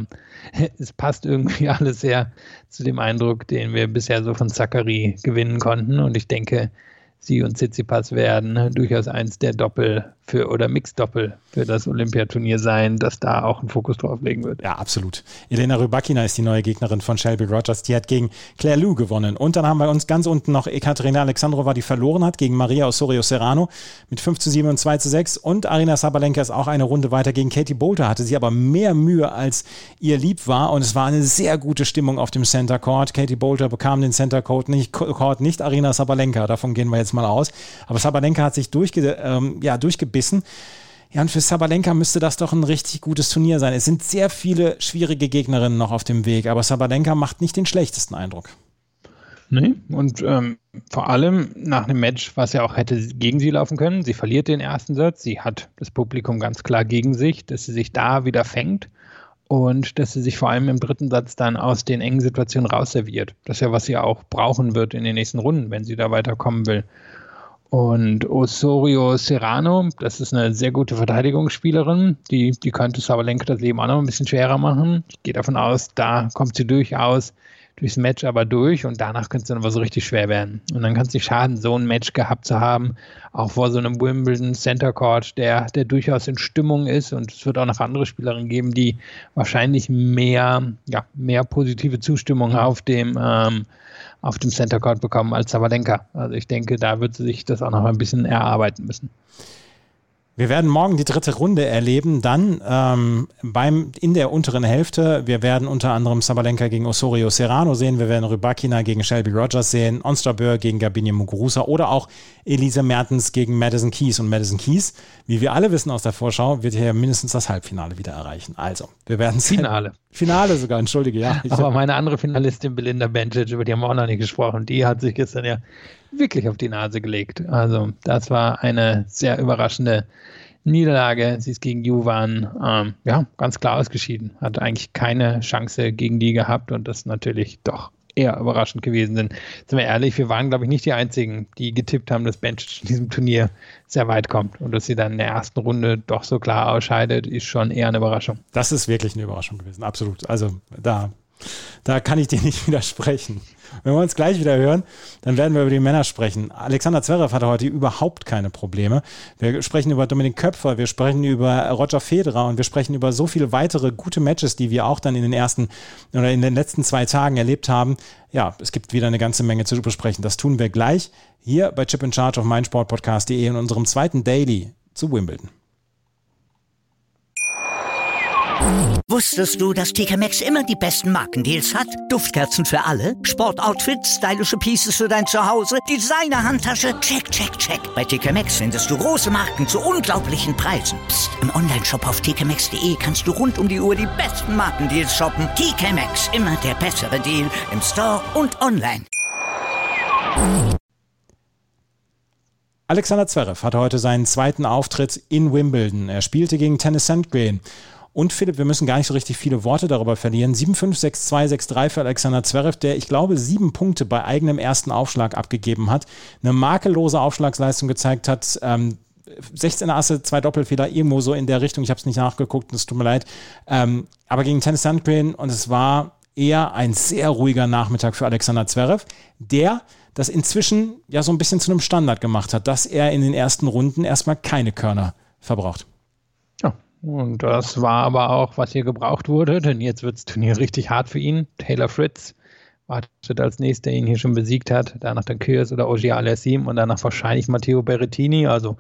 es passt irgendwie alles sehr zu dem Eindruck, den wir bisher so von Sakkari gewinnen konnten. Und ich denke, sie und Tsitsipas werden durchaus eins der Doppel für oder Mixdoppel für das Olympiaturnier sein, das da auch einen Fokus drauf legen wird. Ja, absolut. Elena Rybakina ist die neue Gegnerin von Shelby Rogers. Die hat gegen Claire Liu gewonnen. Und dann haben wir uns ganz unten noch Ekaterina Alexandrova, die verloren hat gegen Maria Osorio-Serrano mit fünf zu sieben und zwei zu sechs. Und Aryna Sabalenka ist auch eine Runde weiter gegen Katie Boulter, hatte sie aber mehr Mühe, als ihr lieb war. Und es war eine sehr gute Stimmung auf dem Center Court. Katie Boulter bekam den Center Court nicht, Court nicht Aryna Sabalenka. Davon gehen wir jetzt mal aus. Aber Sabalenka hat sich durchge, ähm, ja, durchgebissen. Ja, und für Sabalenka müsste das doch ein richtig gutes Turnier sein. Es sind sehr viele schwierige Gegnerinnen noch auf dem Weg, aber Sabalenka macht nicht den schlechtesten Eindruck. Nee, und ähm, vor allem nach einem Match, was ja auch hätte gegen sie laufen können. Sie verliert den ersten Satz, sie hat das Publikum ganz klar gegen sich, dass sie sich da wieder fängt und dass sie sich vor allem im dritten Satz dann aus den engen Situationen rausserviert. Das ist ja, was sie auch brauchen wird in den nächsten Runden, wenn sie da weiterkommen will. Und Osorio-Serrano, das ist eine sehr gute Verteidigungsspielerin, die, die könnte Sabalenka das Leben auch noch ein bisschen schwerer machen. Ich gehe davon aus, da kommt sie durchaus durchs Match aber durch und danach könnte es dann aber so richtig schwer werden. Und dann kann es nicht schaden, so ein Match gehabt zu haben, auch vor so einem Wimbledon Center Court, der, der durchaus in Stimmung ist, und es wird auch noch andere Spielerinnen geben, die wahrscheinlich mehr, ja, mehr positive Zustimmung auf dem ähm, auf dem Center Court bekommen als Sabalenka. Also ich denke, da wird sie sich das auch noch ein bisschen erarbeiten müssen. Wir werden morgen die dritte Runde erleben, dann ähm, beim, in der unteren Hälfte. Wir werden unter anderem Sabalenka gegen Osorio-Serrano sehen, wir werden Rybakina gegen Shelby Rogers sehen, Ons Jabeur gegen Garbine Muguruza oder auch Elise Mertens gegen Madison Keys. Und Madison Keys, wie wir alle wissen aus der Vorschau, wird hier mindestens das Halbfinale wieder erreichen. Also, wir werden es... Finale. Finale sogar, entschuldige, ja. Aber meine andere Finalistin Belinda Bencic, über die haben wir auch noch nicht gesprochen, die hat sich gestern ja wirklich auf die Nase gelegt. Also das war eine sehr überraschende Niederlage. Sie ist gegen Juvan ähm, ja, ganz klar ausgeschieden. Hat eigentlich keine Chance gegen die gehabt und das ist natürlich doch eher überraschend gewesen. Denn, sind wir ehrlich, wir waren, glaube ich, nicht die Einzigen, die getippt haben, dass Bencic in diesem Turnier sehr weit kommt. Und dass sie dann in der ersten Runde doch so klar ausscheidet, ist schon eher eine Überraschung. Das ist wirklich eine Überraschung gewesen, absolut. Also da Da kann ich dir nicht widersprechen. Wenn wir uns gleich wieder hören, dann werden wir über die Männer sprechen. Alexander Zverev hatte heute überhaupt keine Probleme. Wir sprechen über Dominik Köpfer, wir sprechen über Roger Federer und wir sprechen über so viele weitere gute Matches, die wir auch dann in den ersten oder in den letzten zwei Tagen erlebt haben. Ja, es gibt wieder eine ganze Menge zu besprechen. Das tun wir gleich hier bei Chip in Charge auf meinsportpodcast punkt de in unserem zweiten Daily zu Wimbledon. Wusstest du, dass T K Maxx immer die besten Markendeals hat? Duftkerzen für alle, Sportoutfits, stylische Pieces für dein Zuhause, Designer-Handtasche, check, check, check. Bei T K Maxx findest du große Marken zu unglaublichen Preisen. Psst. Im Onlineshop auf t k maxx punkt de kannst du rund um die Uhr die besten Markendeals shoppen. T K Maxx, immer der bessere Deal im Store und online. Alexander Zverev hatte heute seinen zweiten Auftritt in Wimbledon. Er spielte gegen Tennys Sandgren. Und Philipp, wir müssen gar nicht so richtig viele Worte darüber verlieren. sieben fünf, sechs zwei, sechs drei für Alexander Zverev, der, ich glaube, sieben Punkte bei eigenem ersten Aufschlag abgegeben hat. Eine makellose Aufschlagsleistung gezeigt hat. Ähm, sechzehn Asse, zwei Doppelfehler, irgendwo so in der Richtung. Ich habe es nicht nachgeguckt, es tut mir leid. Ähm, aber gegen Tennys Sandgren, und es war eher ein sehr ruhiger Nachmittag für Alexander Zverev, der das inzwischen ja so ein bisschen zu einem Standard gemacht hat, dass er in den ersten Runden erstmal keine Körner verbraucht. Ja. Und das war aber auch, was hier gebraucht wurde, denn jetzt wird das Turnier richtig hart für ihn. Taylor Fritz wartet als nächster, der ihn hier schon besiegt hat. Danach dann Kyrgios oder Auger-Aliassime und danach wahrscheinlich Matteo Berrettini. Also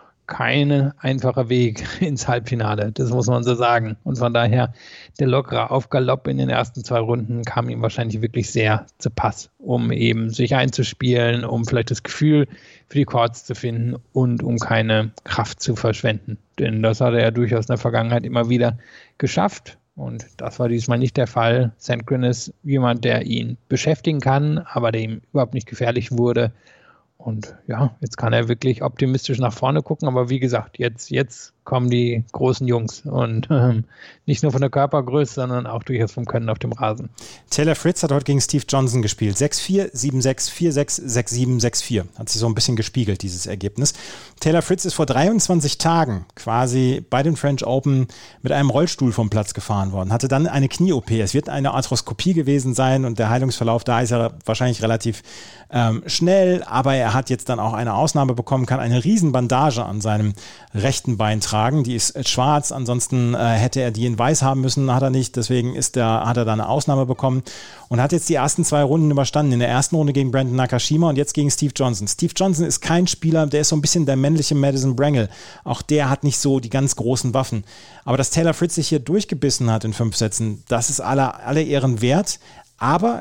kein einfacher Weg ins Halbfinale, das muss man so sagen. Und von daher, der lockere Aufgalopp in den ersten zwei Runden kam ihm wahrscheinlich wirklich sehr zu Pass, um eben sich einzuspielen, um vielleicht das Gefühl für die Courts zu finden und um keine Kraft zu verschwenden. Denn das hat er ja durchaus in der Vergangenheit immer wieder geschafft. Und das war diesmal nicht der Fall. Sandgren ist jemand, der ihn beschäftigen kann, aber der ihm überhaupt nicht gefährlich wurde. Und ja, jetzt kann er wirklich optimistisch nach vorne gucken. Aber wie gesagt, jetzt, jetzt kommen die großen Jungs. Und ähm, nicht nur von der Körpergröße, sondern auch durchaus vom Können auf dem Rasen. Taylor Fritz hat heute gegen Steve Johnson gespielt. sechs vier, sieben sechs, vier sechs, sechs sieben, sechs vier. Hat sich so ein bisschen gespiegelt, dieses Ergebnis. Taylor Fritz ist vor dreiundzwanzig Tagen quasi bei den French Open mit einem Rollstuhl vom Platz gefahren worden. Hatte dann eine Knie-O P. Es wird eine Arthroskopie gewesen sein und der Heilungsverlauf da ist ja wahrscheinlich relativ ähm, schnell. Aber er hat jetzt dann auch eine Ausnahme bekommen, kann eine Riesenbandage an seinem rechten Bein tragen. Die ist schwarz, ansonsten äh, hätte er die in weiß haben müssen, hat er nicht, deswegen ist der, hat er da eine Ausnahme bekommen und hat jetzt die ersten zwei Runden überstanden. In der ersten Runde gegen Brandon Nakashima und jetzt gegen Steve Johnson. Steve Johnson ist kein Spieler, der ist so ein bisschen der männliche Madison Brangle. Auch der hat nicht so die ganz großen Waffen. Aber dass Taylor Fritz sich hier durchgebissen hat in fünf Sätzen, das ist alle, alle Ehren wert, aber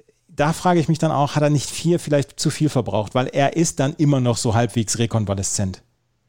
da frage ich mich dann auch, hat er nicht vier vielleicht zu viel verbraucht, weil er ist dann immer noch so halbwegs rekonvaleszent.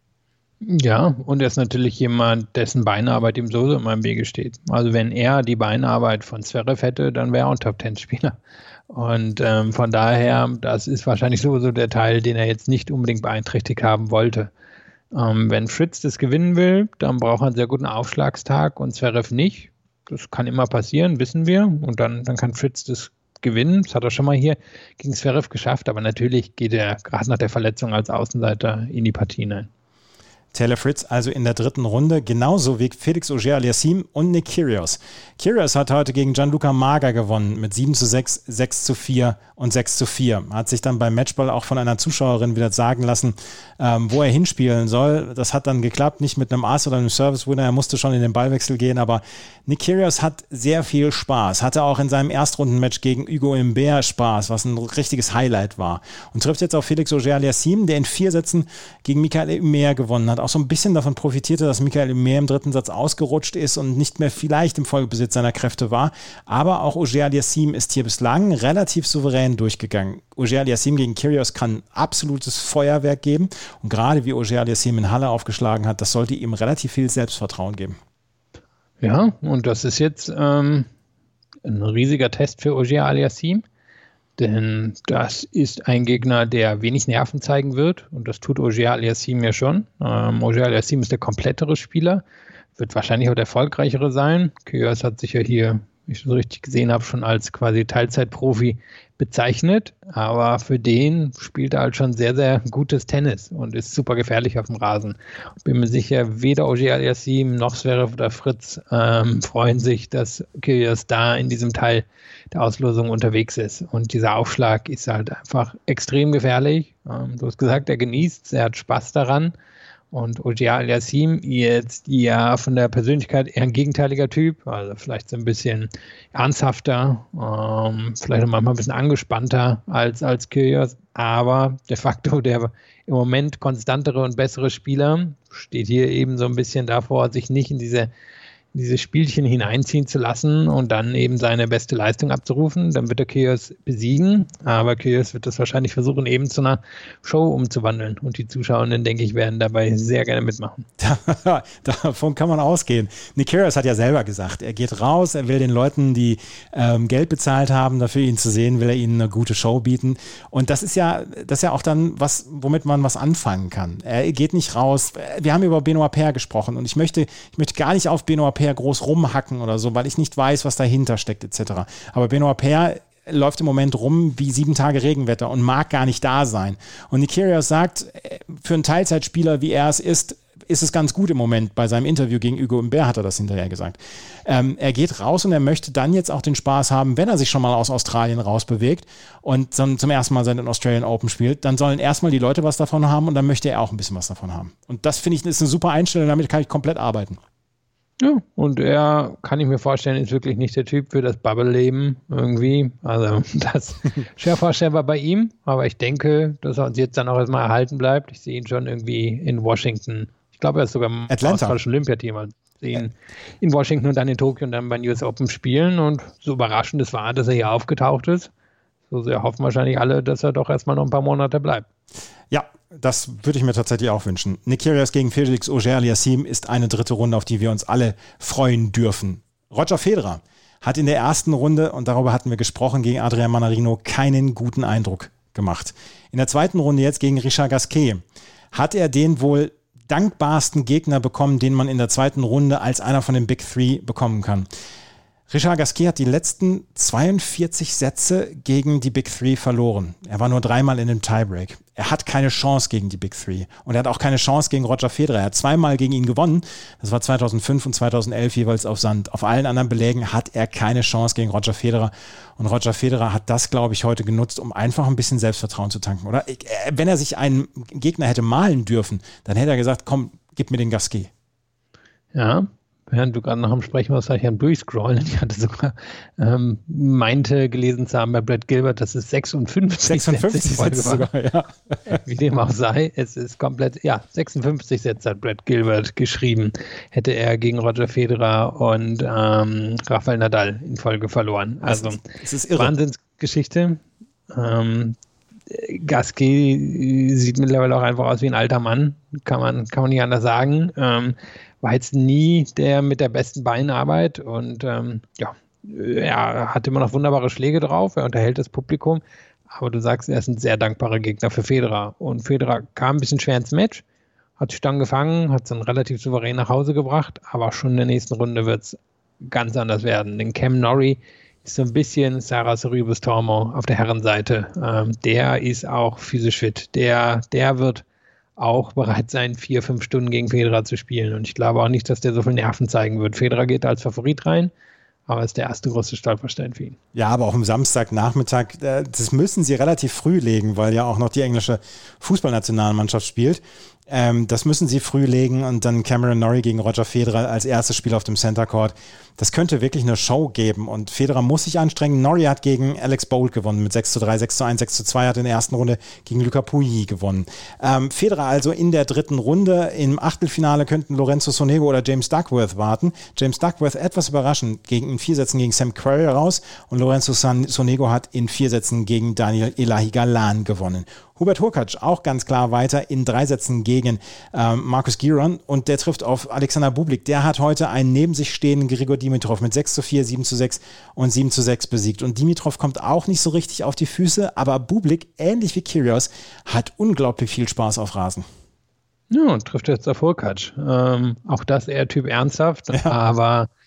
Ja, und er ist natürlich jemand, dessen Beinarbeit ihm so immer im Wege steht. Also wenn er die Beinarbeit von Zverev hätte, dann wäre er ein Top-Ten-Spieler. Und ähm, von daher, das ist wahrscheinlich sowieso der Teil, den er jetzt nicht unbedingt beeinträchtigt haben wollte. Ähm, wenn Fritz das gewinnen will, dann braucht er einen sehr guten Aufschlagstag und Zverev nicht. Das kann immer passieren, wissen wir. Und dann, dann kann Fritz das gewinnen. Das hat er schon mal hier gegen Zverev geschafft. Aber natürlich geht er gerade nach der Verletzung als Außenseiter in die Partie hinein. Taylor Fritz also in der dritten Runde, genauso wie Felix Auger-Aliassime und Nick Kyrgios. Kyrgios hat heute gegen Gianluca Maga gewonnen mit sieben zu sechs, sechs zu vier und sechs zu vier. Hat sich dann beim Matchball auch von einer Zuschauerin wieder sagen lassen, ähm, wo er hinspielen soll. Das hat dann geklappt, nicht mit einem Ace oder einem Service-Winner, er musste schon in den Ballwechsel gehen, aber Nick Kyrgios hat sehr viel Spaß, hatte auch in seinem Erstrundenmatch gegen Hugo Humbert Spaß, was ein richtiges Highlight war. Und trifft jetzt auf Felix Auger-Aliassime, der in vier Sätzen gegen Michael Humbert gewonnen hat. Auch so ein bisschen davon profitierte, dass Michael Humbert im dritten Satz ausgerutscht ist und nicht mehr vielleicht im Vollbesitz seiner Kräfte war. Aber auch Auger-Aliassime ist hier bislang relativ souverän durchgegangen. Auger-Aliassime gegen Kyrgios kann absolutes Feuerwerk geben. Und gerade wie Auger-Aliassime in Halle aufgeschlagen hat, das sollte ihm relativ viel Selbstvertrauen geben. Ja, und das ist jetzt ähm, ein riesiger Test für Auger-Aliassime. Denn das ist ein Gegner, der wenig Nerven zeigen wird. Und das tut Auger-Aliassime ja schon. Ähm, Auger-Aliassime ist der komplettere Spieler. Wird wahrscheinlich auch der erfolgreichere sein. Kyrgios hat sich ja hier, wie ich das richtig gesehen habe, schon als quasi Teilzeitprofi bezeichnet, aber für den spielt er halt schon sehr, sehr gutes Tennis und ist super gefährlich auf dem Rasen. Bin mir sicher, weder Auger-Aliassime noch Zverev oder Fritz ähm, freuen sich, dass Kyrgios da in diesem Teil der Auslosung unterwegs ist. Und dieser Aufschlag ist halt einfach extrem gefährlich. Ähm, du hast gesagt, er genießt es, er hat Spaß daran. Und Auger-Aliassime jetzt ja von der Persönlichkeit eher ein gegenteiliger Typ, also vielleicht so ein bisschen ernsthafter, ähm, vielleicht auch manchmal ein bisschen angespannter als, als Kyrgios, aber de facto der im Moment konstantere und bessere Spieler steht hier eben so ein bisschen davor, sich nicht in diese diese Spielchen hineinziehen zu lassen und dann eben seine beste Leistung abzurufen. Dann wird er Kyrgios besiegen, aber Kyrgios wird das wahrscheinlich versuchen, eben zu einer Show umzuwandeln. Und die Zuschauerinnen, denke ich, werden dabei sehr gerne mitmachen. Davon kann man ausgehen. Nick Kyrgios hat ja selber gesagt, er geht raus, er will den Leuten, die ähm, Geld bezahlt haben, dafür ihn zu sehen, will er ihnen eine gute Show bieten. Und das ist ja, das ist ja auch dann was, womit man was anfangen kann. Er geht nicht raus. Wir haben über Benoit Paire gesprochen und ich möchte, ich möchte gar nicht auf Benoit Paire groß rumhacken oder so, weil ich nicht weiß, was dahinter steckt et cetera. Aber Benoit Paire läuft im Moment rum wie sieben Tage Regenwetter und mag gar nicht da sein. Und Nick Kyrgios sagt, für einen Teilzeitspieler, wie er es ist, ist es ganz gut im Moment. Bei seinem Interview gegen Hugo Humbert hat er das hinterher gesagt. Ähm, er geht raus und er möchte dann jetzt auch den Spaß haben, wenn er sich schon mal aus Australien rausbewegt und dann zum ersten Mal seinen Australian Open spielt, dann sollen erstmal die Leute was davon haben und dann möchte er auch ein bisschen was davon haben. Und das finde ich ist eine super Einstellung, damit kann ich komplett arbeiten. Ja, und er, kann ich mir vorstellen, ist wirklich nicht der Typ für das Bubble-Leben irgendwie. Also das schwer vorstellbar bei ihm, aber ich denke, dass er uns jetzt dann auch erstmal erhalten bleibt. Ich sehe ihn schon irgendwie in Washington. Ich glaube, er ist sogar im australischen Olympiateam. Also ihn in Washington und dann in Tokio und dann beim U S Open spielen. Und so überraschend es war, dass er hier aufgetaucht ist, so sehr hoffen wahrscheinlich alle, dass er doch erstmal noch ein paar Monate bleibt. Ja, das würde ich mir tatsächlich auch wünschen. Nick Kyrgios gegen Felix Auger-Aliassime ist eine dritte Runde, auf die wir uns alle freuen dürfen. Roger Federer hat in der ersten Runde, und darüber hatten wir gesprochen, gegen Adrian Manarino keinen guten Eindruck gemacht. In der zweiten Runde jetzt gegen Richard Gasquet hat er den wohl dankbarsten Gegner bekommen, den man in der zweiten Runde als einer von den Big Three bekommen kann. Richard Gasquet hat die letzten zweiundvierzig Sätze gegen die Big Three verloren. Er war nur dreimal in dem Tiebreak. Er hat keine Chance gegen die Big Three. Und er hat auch keine Chance gegen Roger Federer. Er hat zweimal gegen ihn gewonnen. Das war zweitausendfünf und zweitausendelf jeweils auf Sand. Auf allen anderen Belägen hat er keine Chance gegen Roger Federer. Und Roger Federer hat das, glaube ich, heute genutzt, um einfach ein bisschen Selbstvertrauen zu tanken. Oder wenn er sich einen Gegner hätte malen dürfen, dann hätte er gesagt, komm, gib mir den Gasquet. Ja. Während du gerade noch am Sprechen warst, ich am Durchscrollen. Ich hatte sogar ähm, meinte gelesen zu haben bei Brad Gilbert, dass es sechsundfünfzig, sechsundfünfzig Sätze sogar, ja. Wie dem auch sei, es ist komplett, ja, sechsundfünfzig Sätze hat Brad Gilbert geschrieben, hätte er gegen Roger Federer und ähm, Rafael Nadal in Folge verloren. Also, es ist irre. Wahnsinnsgeschichte. Ähm, Gasquet sieht mittlerweile auch einfach aus wie ein alter Mann, kann man, kann man nicht anders sagen. Ähm, war jetzt nie der mit der besten Beinarbeit und ähm, ja, er hat immer noch wunderbare Schläge drauf, er unterhält das Publikum, aber du sagst, er ist ein sehr dankbarer Gegner für Federer und Federer kam ein bisschen schwer ins Match, hat sich dann gefangen, hat es dann relativ souverän nach Hause gebracht, aber schon in der nächsten Runde wird es ganz anders werden, denn Cam Norrie ist so ein bisschen Sarah Sorribes Tormo auf der Herrenseite, ähm, der ist auch physisch fit, der, der wird auch bereit sein, vier, fünf Stunden gegen Federer zu spielen. Und ich glaube auch nicht, dass der so viel Nerven zeigen wird. Federer geht als Favorit rein, aber ist der erste große Stolperstein für ihn. Ja, aber auch am Samstagnachmittag, das müssen sie relativ früh legen, weil ja auch noch die englische Fußballnationalmannschaft spielt. Ähm, das müssen sie früh legen und dann Cameron Norrie gegen Roger Federer als erstes Spiel auf dem Center Court. Das könnte wirklich eine Show geben und Federer muss sich anstrengen. Norrie hat gegen Alex Bolt gewonnen mit sechs zu drei, sechs zu eins, sechs zu zwei, hat in der ersten Runde gegen Luca Pouilly gewonnen. Ähm, Federer also in der dritten Runde. Im Achtelfinale könnten Lorenzo Sonego oder James Duckworth warten. James Duckworth etwas überraschend gegen in vier Sätzen gegen Sam Querrey raus und Lorenzo Sonego hat in vier Sätzen gegen Daniel Elahi Galan gewonnen. Hubert Hurkacz auch ganz klar weiter in drei Sätzen gegen ähm, Marcus Giron und der trifft auf Alexander Bublik. Der hat heute einen neben sich stehenden Grigor Dimitrov mit sechs zu vier, sieben zu sechs und sieben zu sechs besiegt. Und Dimitrov kommt auch nicht so richtig auf die Füße, aber Bublik, ähnlich wie Kyrgios, hat unglaublich viel Spaß auf Rasen. Ja, und trifft jetzt auf Hurkacz. Ähm, auch das eher Typ ernsthaft, ja. aber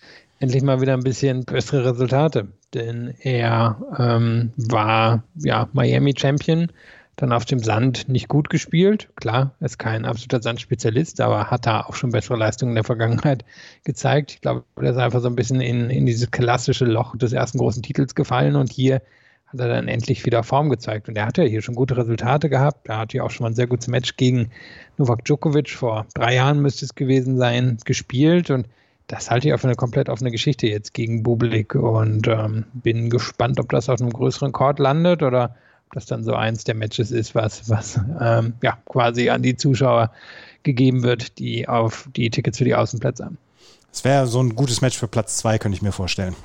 endlich mal wieder ein bisschen bessere Resultate. Denn er ähm, war ja Miami-Champion, dann auf dem Sand nicht gut gespielt. Klar, er ist kein absoluter Sandspezialist, aber hat da auch schon bessere Leistungen in der Vergangenheit gezeigt. Ich glaube, er ist einfach so ein bisschen in, in dieses klassische Loch des ersten großen Titels gefallen und hier hat er dann endlich wieder Form gezeigt. Und er hat ja hier schon gute Resultate gehabt. Er hat ja auch schon mal ein sehr gutes Match gegen Novak Djokovic, vor drei Jahren müsste es gewesen sein, gespielt. Und das halte ich auch für eine komplett offene Geschichte jetzt gegen Bublik. Und ähm, bin gespannt, ob das auf einem größeren Court landet oder ob das dann so eins der Matches ist, was, was ähm, ja, quasi an die Zuschauer gegeben wird, die auf die Tickets für die Außenplätze haben. Es wäre so ein gutes Match für Platz zwei, könnte ich mir vorstellen.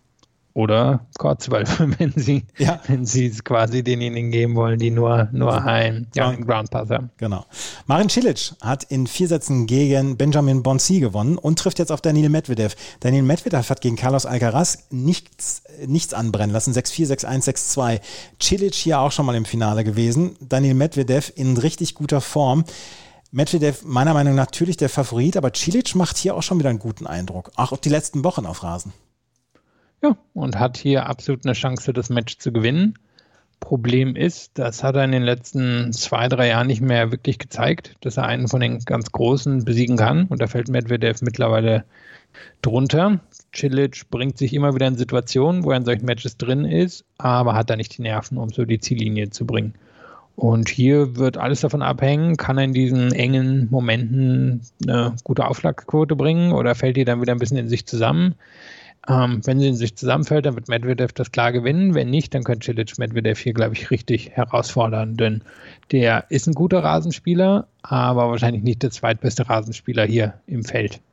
Oder Court zwölf, wenn sie ja. wenn sie es quasi denjenigen geben wollen, die nur, nur einen, ja, einen Ground Pass haben. Genau. Marin Cilic hat in vier Sätzen gegen Benjamin Bonzi gewonnen und trifft jetzt auf Daniil Medvedev. Daniil Medvedev hat gegen Carlos Alcaraz nichts, nichts anbrennen lassen. sechs vier, sechs eins, sechs zwei. Cilic hier auch schon mal im Finale gewesen. Daniil Medvedev in richtig guter Form. Medvedev meiner Meinung nach natürlich der Favorit, aber Cilic macht hier auch schon wieder einen guten Eindruck. Auch die letzten Wochen auf Rasen. Ja, und hat hier absolut eine Chance, das Match zu gewinnen. Problem ist, das hat er in den letzten zwei, drei Jahren nicht mehr wirklich gezeigt, dass er einen von den ganz Großen besiegen kann. Und da fällt Medvedev mittlerweile drunter. Cilic bringt sich immer wieder in Situationen, wo er in solchen Matches drin ist, aber hat da nicht die Nerven, um so die Ziellinie zu bringen. Und hier wird alles davon abhängen, kann er in diesen engen Momenten eine gute Aufschlagquote bringen oder fällt die dann wieder ein bisschen in sich zusammen? Ähm, wenn sie in sich zusammenfällt, dann wird Medvedev das klar gewinnen. Wenn nicht, dann könnte Cilic Medvedev hier, glaube ich, richtig herausfordern. Denn der ist ein guter Rasenspieler, aber wahrscheinlich nicht der zweitbeste Rasenspieler hier im Feld.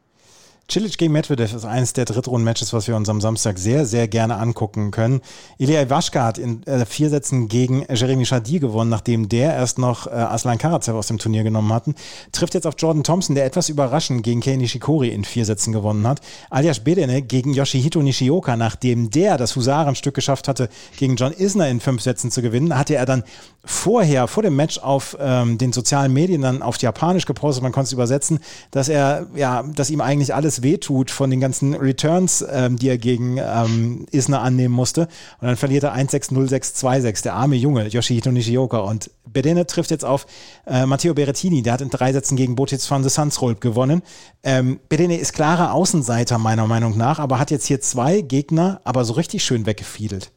Cilic gegen Medvedev ist eines der Drittrunden-Matches, was wir uns am Samstag sehr, sehr gerne angucken können. Ilya Ivashka hat in äh, vier Sätzen gegen Jeremy Chardy gewonnen, nachdem der erst noch äh, Aslan Karatsev aus dem Turnier genommen hatten. Trifft jetzt auf Jordan Thompson, der etwas überraschend gegen Kei Nishikori in vier Sätzen gewonnen hat. Aljaž Bedene gegen Yoshihito Nishioka, nachdem der das Husarenstück geschafft hatte, gegen John Isner in fünf Sätzen zu gewinnen, hatte er dann vorher, vor dem Match auf ähm, den sozialen Medien dann auf Japanisch gepostet, man konnte es übersetzen, dass er, ja, dass ihm eigentlich alles wehtut von den ganzen Returns, ähm, die er gegen ähm, Isner annehmen musste. Und dann verliert er eins sechs, null sechs, zwei sechs, der arme Junge, Yoshihito Nishioka. Und Bedene trifft jetzt auf äh, Matteo Berrettini, der hat in drei Sätzen gegen Botic van de Zandschulp gewonnen. Ähm, Bedene ist klarer Außenseiter meiner Meinung nach, aber hat jetzt hier zwei Gegner, aber so richtig schön weggefiedelt.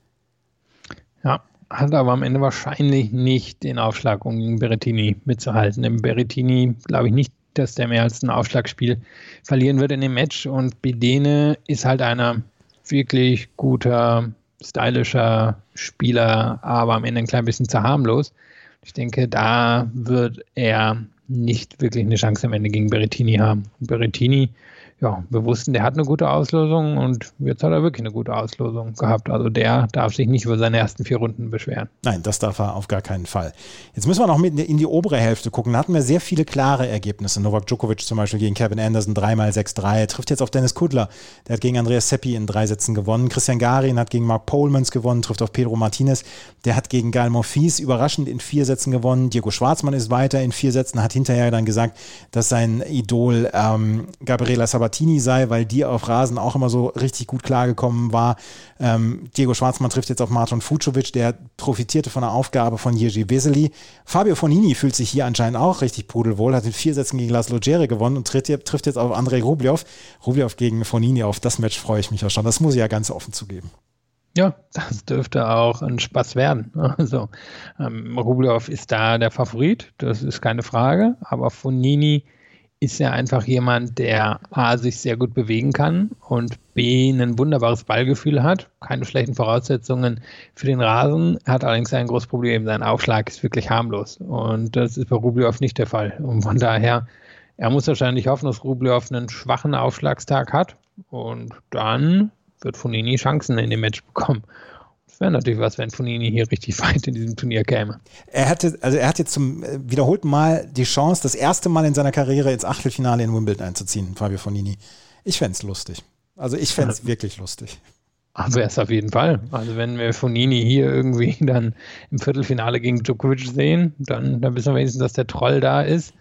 Ja, hat aber am Ende wahrscheinlich nicht den Aufschlag, um gegen Berrettini mitzuhalten. Im Berrettini glaube ich nicht, dass der mehr als ein Aufschlagspiel verlieren wird in dem Match. Und Bedene ist halt einer wirklich guter, stylischer Spieler, aber am Ende ein klein bisschen zu harmlos. Ich denke, da wird er nicht wirklich eine Chance am Ende gegen Berrettini haben. Und Berrettini, ja, wir wussten, der hat eine gute Auslosung und jetzt hat er wirklich eine gute Auslosung gehabt. Also der darf sich nicht über seine ersten vier Runden beschweren. Nein, das darf er auf gar keinen Fall. Jetzt müssen wir noch mit in die obere Hälfte gucken. Da hatten wir sehr viele klare Ergebnisse. Novak Djokovic zum Beispiel gegen Kevin Anderson, dreimal sechs drei. Er trifft jetzt auf Dennis Kudla. Der hat gegen Andreas Seppi in drei Sätzen gewonnen. Christian Garin hat gegen Mark Polmans gewonnen, trifft auf Pedro Martinez. Der hat gegen Gael Monfils überraschend in vier Sätzen gewonnen. Diego Schwartzmann ist weiter in vier Sätzen, hat hinterher dann gesagt, dass sein Idol ähm, Gabriela Sabatini sei, weil die auf Rasen auch immer so richtig gut klargekommen war. Ähm, Diego Schwartzmann trifft jetzt auf Marton Fucsovics, der profitierte von der Aufgabe von Jerzy Vesely. Fabio Fognini fühlt sich hier anscheinend auch richtig pudelwohl, hat in vier Sätzen gegen Laszlo Djere gewonnen und tritt, trifft jetzt auf Andrei Rublev. Rublev gegen Fognini, auf das Match freue ich mich auch schon. Das muss ich ja ganz offen zugeben. Ja, das dürfte auch ein Spaß werden. Also ähm, Rublev ist da der Favorit, das ist keine Frage, aber Fognini ist ja einfach jemand, der A, sich sehr gut bewegen kann und B, ein wunderbares Ballgefühl hat, keine schlechten Voraussetzungen für den Rasen, hat allerdings ein großes Problem, sein Aufschlag ist wirklich harmlos und das ist bei Rublev nicht der Fall. Und von daher, er muss wahrscheinlich hoffen, dass Rublev einen schwachen Aufschlagstag hat und dann wird Fognini Chancen in dem Match bekommen. Das wäre natürlich was, wenn Fognini hier richtig weit in diesem Turnier käme. Er hatte, also er hat jetzt zum wiederholten Mal die Chance, das erste Mal in seiner Karriere ins Achtelfinale in Wimbledon einzuziehen, Fabio Fognini. Ich fände es lustig. Also ich fände es ja wirklich lustig. Wäre es auf jeden Fall. Also wenn wir Fognini hier irgendwie dann im Viertelfinale gegen Djokovic sehen, dann, dann wissen wir wenigstens, dass der Troll da ist.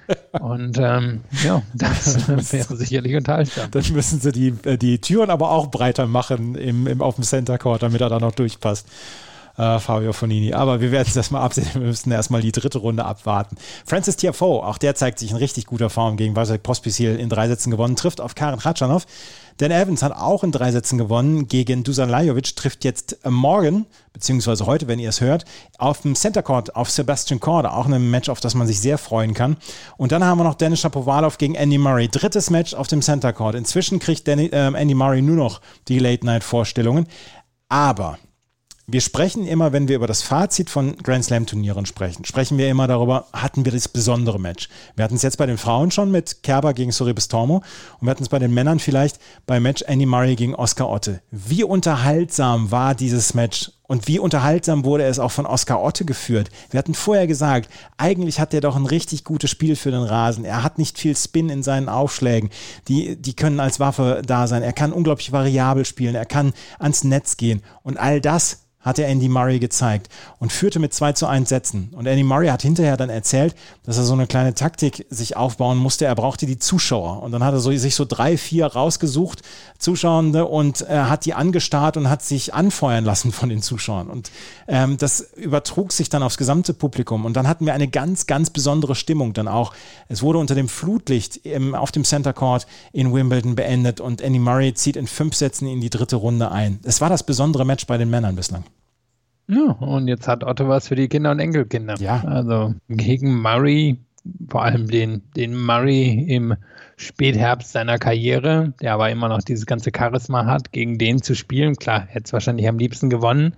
Und ähm, ja, das wäre sicherlich unterhaltsam. Dann müssen sie die, die Türen aber auch breiter machen im, im, auf dem Center Court, damit er da noch durchpasst. Uh, Fabio Fognini. Aber wir werden es erstmal absehen. Wir müssen erstmal die dritte Runde abwarten. Francis Tiafoe, auch der zeigt sich in richtig guter Form gegen Vasek Pospisil in drei Sätzen gewonnen, trifft auf Karen Khachanov. Dan Evans hat auch in drei Sätzen gewonnen gegen Dusan Lajovic, trifft jetzt morgen, beziehungsweise heute, wenn ihr es hört, auf dem Center Court auf Sebastian Korda, auch ein Match, auf das man sich sehr freuen kann. Und dann haben wir noch Denis Shapovalov gegen Andy Murray. Drittes Match auf dem Center Court. Inzwischen kriegt Danny, äh, Andy Murray nur noch die Late-Night-Vorstellungen. Aber wir sprechen immer, wenn wir über das Fazit von Grand Slam Turnieren sprechen, sprechen wir immer darüber, hatten wir das besondere Match. Wir hatten es jetzt bei den Frauen schon mit Kerber gegen Sorribes Tormo und wir hatten es bei den Männern vielleicht beim Match Andy Murray gegen Oscar Otte. Wie unterhaltsam war dieses Match und wie unterhaltsam wurde es auch von Oscar Otte geführt. Wir hatten vorher gesagt, eigentlich hat er doch ein richtig gutes Spiel für den Rasen. Er hat nicht viel Spin in seinen Aufschlägen. Die, die können als Waffe da sein. Er kann unglaublich variabel spielen. Er kann ans Netz gehen und all das hat er Andy Murray gezeigt und führte mit zwei zu eins Sätzen. Und Andy Murray hat hinterher dann erzählt, dass er so eine kleine Taktik sich aufbauen musste. Er brauchte die Zuschauer. Und dann hat er so, sich so drei, vier rausgesucht, Zuschauende, und äh, hat die angestarrt und hat sich anfeuern lassen von den Zuschauern. Und ähm, das übertrug sich dann aufs gesamte Publikum. Und dann hatten wir eine ganz, ganz besondere Stimmung dann auch. Es wurde unter dem Flutlicht im, auf dem Center Court in Wimbledon beendet und Andy Murray zieht in fünf Sätzen in die dritte Runde ein. Es war das besondere Match bei den Männern bislang. Ja, und jetzt hat Otte was für die Kinder und Enkelkinder. Ja. Also gegen Murray, vor allem den, den Murray im Spätherbst seiner Karriere, der aber immer noch dieses ganze Charisma hat, gegen den zu spielen. Klar, hätte es wahrscheinlich am liebsten gewonnen,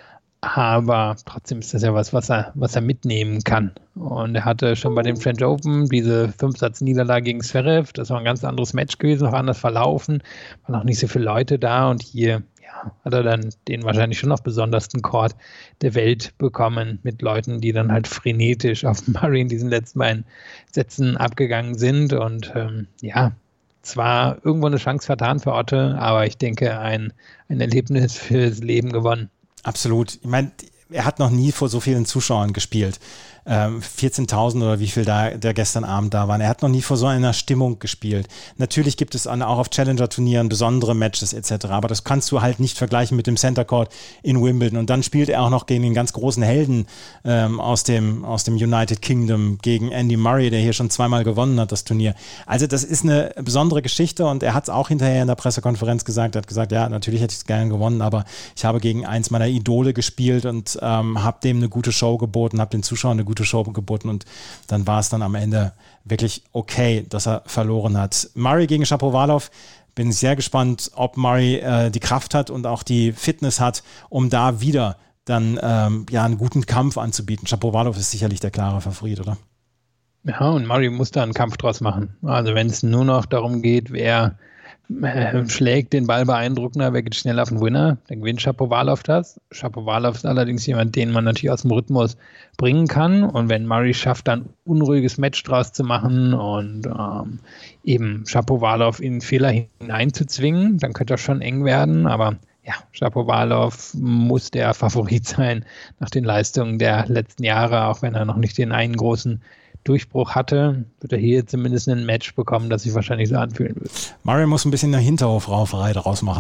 aber trotzdem ist das ja was, was er, was er mitnehmen kann. Und er hatte schon bei dem French Open diese Fünf-Satz-Niederlage gegen Zverev, das war ein ganz anderes Match gewesen, noch anders verlaufen, waren noch nicht so viele Leute da und hier hat er dann den wahrscheinlich schon auf besondersten Court der Welt bekommen mit Leuten, die dann halt frenetisch auf Murray in diesen letzten beiden Sätzen abgegangen sind und ähm, ja, zwar irgendwo eine Chance vertan für Otte, aber ich denke ein, ein Erlebnis fürs Leben gewonnen. Absolut. Ich meine, er hat noch nie vor so vielen Zuschauern gespielt. Ähm, vierzehntausend oder wie viel da der gestern Abend da waren. Er hat noch nie vor so einer Stimmung gespielt. Natürlich gibt es an, auch auf Challenger-Turnieren besondere Matches et cetera, aber das kannst du halt nicht vergleichen mit dem Center Court in Wimbledon. Und dann spielt er auch noch gegen den ganz großen Helden ähm, aus dem, aus dem United Kingdom, gegen Andy Murray, der hier schon zweimal gewonnen hat, das Turnier. Also das ist eine besondere Geschichte und er hat es auch hinterher in der Pressekonferenz gesagt. Er hat gesagt, ja, natürlich hätte ich es gerne gewonnen, aber ich habe gegen eins meiner Idole gespielt und ähm, habe dem eine gute Show geboten, habe den Zuschauern eine gute Show geboten und dann war es dann am Ende wirklich okay, dass er verloren hat. Murray gegen Shapovalov, bin sehr gespannt, ob Murray äh, die Kraft hat und auch die Fitness hat, um da wieder dann ähm, ja einen guten Kampf anzubieten. Shapovalov ist sicherlich der klare Favorit, oder? Ja, und Murray muss da einen Kampf draus machen. Also wenn es nur noch darum geht, wer äh, schlägt den Ball beeindruckender, wer geht schnell auf den Winner, dann gewinnt Shapovalov das. Shapovalov ist allerdings jemand, den man natürlich aus dem Rhythmus bringen kann. Und wenn Murray schafft, dann ein unruhiges Match draus zu machen und ähm, eben Shapovalov in Fehler hineinzuzwingen, dann könnte das schon eng werden. Aber ja, Shapovalov muss der Favorit sein nach den Leistungen der letzten Jahre, auch wenn er noch nicht den einen großen Durchbruch hatte, wird er hier zumindest ein Match bekommen, das sich wahrscheinlich so anfühlen wird. Murray muss ein bisschen eine Hinterhofrauferei daraus machen.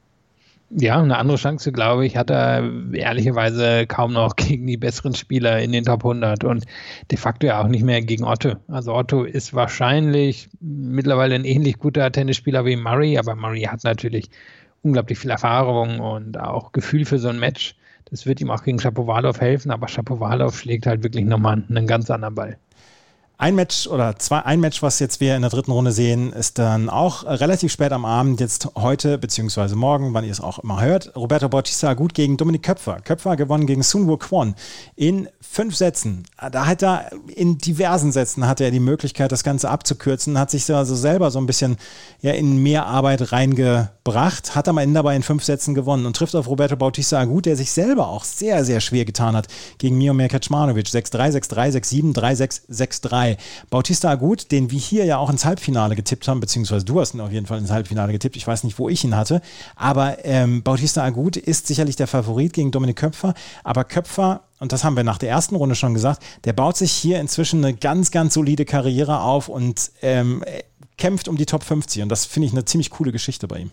Ja, eine andere Chance, glaube ich, hat er ehrlicherweise kaum noch gegen die besseren Spieler in den Top hundert und de facto ja auch nicht mehr gegen Otto. Also Otto ist wahrscheinlich mittlerweile ein ähnlich guter Tennisspieler wie Murray, aber Murray hat natürlich unglaublich viel Erfahrung und auch Gefühl für so ein Match. Das wird ihm auch gegen Shapovalov helfen, aber Shapovalov schlägt halt wirklich nochmal einen ganz anderen Ball. Ein Match oder zwei, ein Match, was jetzt wir in der dritten Runde sehen, ist dann auch relativ spät am Abend, jetzt heute beziehungsweise morgen, wann ihr es auch immer hört. Roberto Bautista Agut gegen Dominik Köpfer. Köpfer gewonnen gegen Sun Woo Kwon in fünf Sätzen. Da hat er in diversen Sätzen hatte er die Möglichkeit, das Ganze abzukürzen, hat sich also selber so ein bisschen ja, in mehr Arbeit reingebracht, hat am Ende aber in fünf Sätzen gewonnen und trifft auf Roberto Bautista Agut, der sich selber auch sehr, sehr schwer getan hat gegen Miomir Kecmanovic. sechs drei, sechs drei, sechs sieben, drei sechs, sechs drei. Bautista Agut, den wir hier ja auch ins Halbfinale getippt haben, beziehungsweise du hast ihn auf jeden Fall ins Halbfinale getippt, ich weiß nicht, wo ich ihn hatte, aber ähm, Bautista Agut ist sicherlich der Favorit gegen Dominik Köpfer, aber Köpfer, und das haben wir nach der ersten Runde schon gesagt, der baut sich hier inzwischen eine ganz, ganz solide Karriere auf und ähm, kämpft um die Top fünfzig und das finde ich eine ziemlich coole Geschichte bei ihm.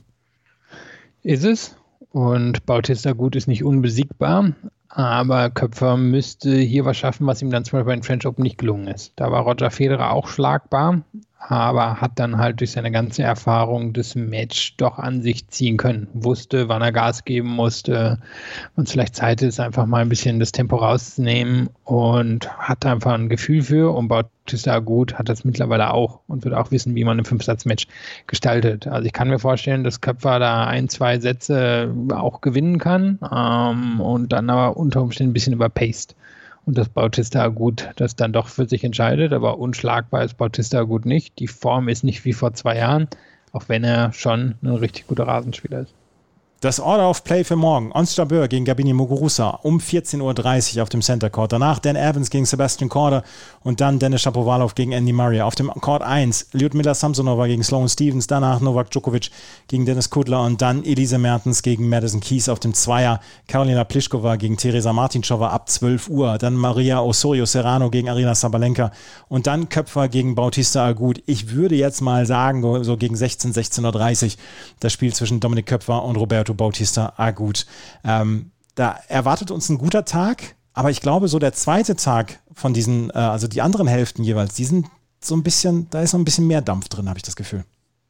Ist es. Und Bautista Agut ist nicht unbesiegbar, aber Köpfer müsste hier was schaffen, was ihm dann zum Beispiel bei den French Open nicht gelungen ist. Da war Roger Federer auch schlagbar, aber hat dann halt durch seine ganze Erfahrung das Match doch an sich ziehen können. Wusste, wann er Gas geben musste, wann es vielleicht Zeit ist, einfach mal ein bisschen das Tempo rauszunehmen und hat einfach ein Gefühl für. Und Bautista Agut hat das mittlerweile auch und wird auch wissen, wie man ein Fünfsatz-Match gestaltet. Also ich kann mir vorstellen, dass Köpfer da ein, zwei Sätze auch gewinnen kann ähm, und dann aber unter Umständen ein bisschen überpaced. Und dass Bautista Agut das dann doch für sich entscheidet, aber unschlagbar ist Bautista Agut nicht. Die Form ist nicht wie vor zwei Jahren, auch wenn er schon ein richtig guter Rasenspieler ist. Das Order of Play für morgen. Ons Jabeur gegen Gabini Muguruza um vierzehn Uhr dreißig auf dem Center Court. Danach Dan Evans gegen Sebastian Korda und dann Denis Shapovalov gegen Andy Murray. Auf dem Court eins Lyudmila Samsonova gegen Sloane Stephens. Danach Novak Djokovic gegen Dennis Kudla und dann Elise Mertens gegen Madison Keys auf dem Zweier. Karolina Pliskova gegen Teresa Martincova ab zwölf Uhr. Dann Maria Osorio Serrano gegen Aryna Sabalenka und dann Köpfer gegen Bautista Agut. Ich würde jetzt mal sagen, so gegen sechzehn, sechzehn Uhr dreißig das Spiel zwischen Dominik Köpfer und Roberto Bautista Agut. Ähm, da erwartet uns ein guter Tag, aber ich glaube, so der zweite Tag von diesen, äh, also die anderen Hälften jeweils, die sind so ein bisschen, da ist noch ein bisschen mehr Dampf drin, habe ich das Gefühl.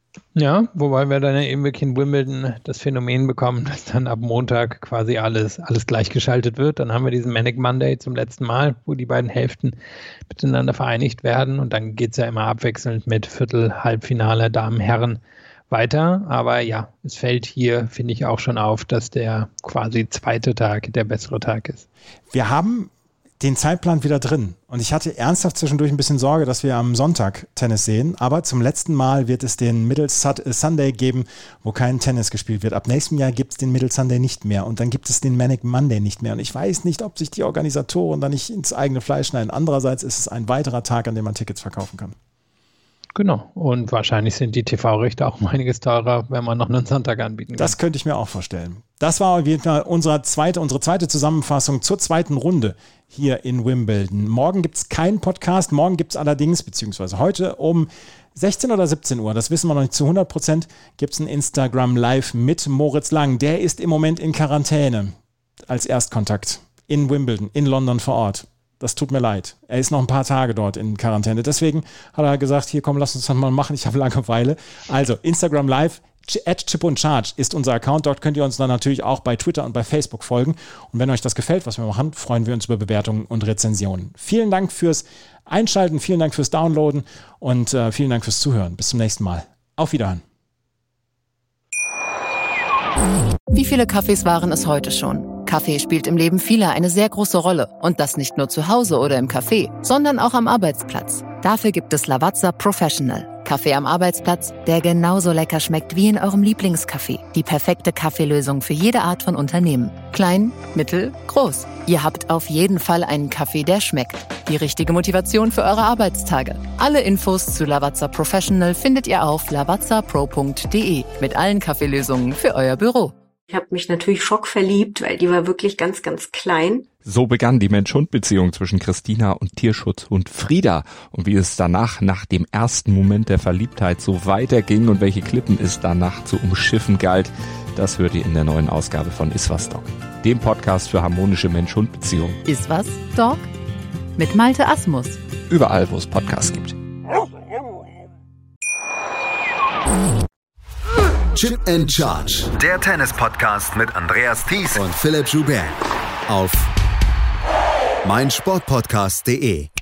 Ja, wobei wir dann eben wirklich in Wimbledon das Phänomen bekommen, dass dann ab Montag quasi alles, alles gleichgeschaltet wird. Dann haben wir diesen Manic Monday zum letzten Mal, wo die beiden Hälften miteinander vereinigt werden und dann geht es ja immer abwechselnd mit Viertel, Halbfinale, Damen, Herren weiter, aber ja, es fällt hier, finde ich, auch schon auf, dass der quasi zweite Tag der bessere Tag ist. Wir haben den Zeitplan wieder drin und ich hatte ernsthaft zwischendurch ein bisschen Sorge, dass wir am Sonntag Tennis sehen, aber zum letzten Mal wird es den Middle Sunday geben, wo kein Tennis gespielt wird. Ab nächstem Jahr gibt es den Middle Sunday nicht mehr und dann gibt es den Manic Monday nicht mehr und ich weiß nicht, ob sich die Organisatoren da nicht ins eigene Fleisch schneiden. Andererseits ist es ein weiterer Tag, an dem man Tickets verkaufen kann. Genau. Und wahrscheinlich sind die T V-Rechte auch um einiges teurer, wenn man noch einen Sonntag anbieten kann. Das könnte ich mir auch vorstellen. Das war auf jeden Fall unsere zweite, unsere zweite Zusammenfassung zur zweiten Runde hier in Wimbledon. Morgen gibt es keinen Podcast. Morgen gibt es allerdings, beziehungsweise heute um sechzehn oder siebzehn Uhr, das wissen wir noch nicht zu hundert Prozent, gibt es ein Instagram Live mit Moritz Lang. Der ist im Moment in Quarantäne als Erstkontakt in Wimbledon, in London vor Ort. Das tut mir leid. Er ist noch ein paar Tage dort in Quarantäne. Deswegen hat er gesagt, hier komm, lass uns das mal machen. Ich habe Langeweile. Also Instagram Live, at Chip und Charge ist unser Account. Dort könnt ihr uns dann natürlich auch bei Twitter und bei Facebook folgen. Und wenn euch das gefällt, was wir machen, freuen wir uns über Bewertungen und Rezensionen. Vielen Dank fürs Einschalten, vielen Dank fürs Downloaden und äh, vielen Dank fürs Zuhören. Bis zum nächsten Mal. Auf Wiederhören. Wie viele Kaffees waren es heute schon? Kaffee spielt im Leben vieler eine sehr große Rolle. Und das nicht nur zu Hause oder im Café, sondern auch am Arbeitsplatz. Dafür gibt es Lavazza Professional. Kaffee am Arbeitsplatz, der genauso lecker schmeckt wie in eurem Lieblingscafé. Die perfekte Kaffeelösung für jede Art von Unternehmen. Klein, mittel, groß. Ihr habt auf jeden Fall einen Kaffee, der schmeckt. Die richtige Motivation für eure Arbeitstage. Alle Infos zu Lavazza Professional findet ihr auf lavazza pro punkt de mit allen Kaffeelösungen für euer Büro. Ich habe mich natürlich schockverliebt, weil die war wirklich ganz, ganz klein. So begann die Mensch-Hund-Beziehung zwischen Christina und Tierschutzhund Frieda. Und wie es danach, nach dem ersten Moment der Verliebtheit, so weiterging und welche Klippen es danach zu umschiffen galt, das hört ihr in der neuen Ausgabe von Iswas Dog, dem Podcast für harmonische Mensch-Hund-Beziehungen. Iswas Dog? Mit Malte Asmus. Überall, wo es Podcasts gibt. Chip and Charge. Der Tennis-Podcast mit Andreas Thies und Philipp Joubert auf meinsportpodcast punkt de.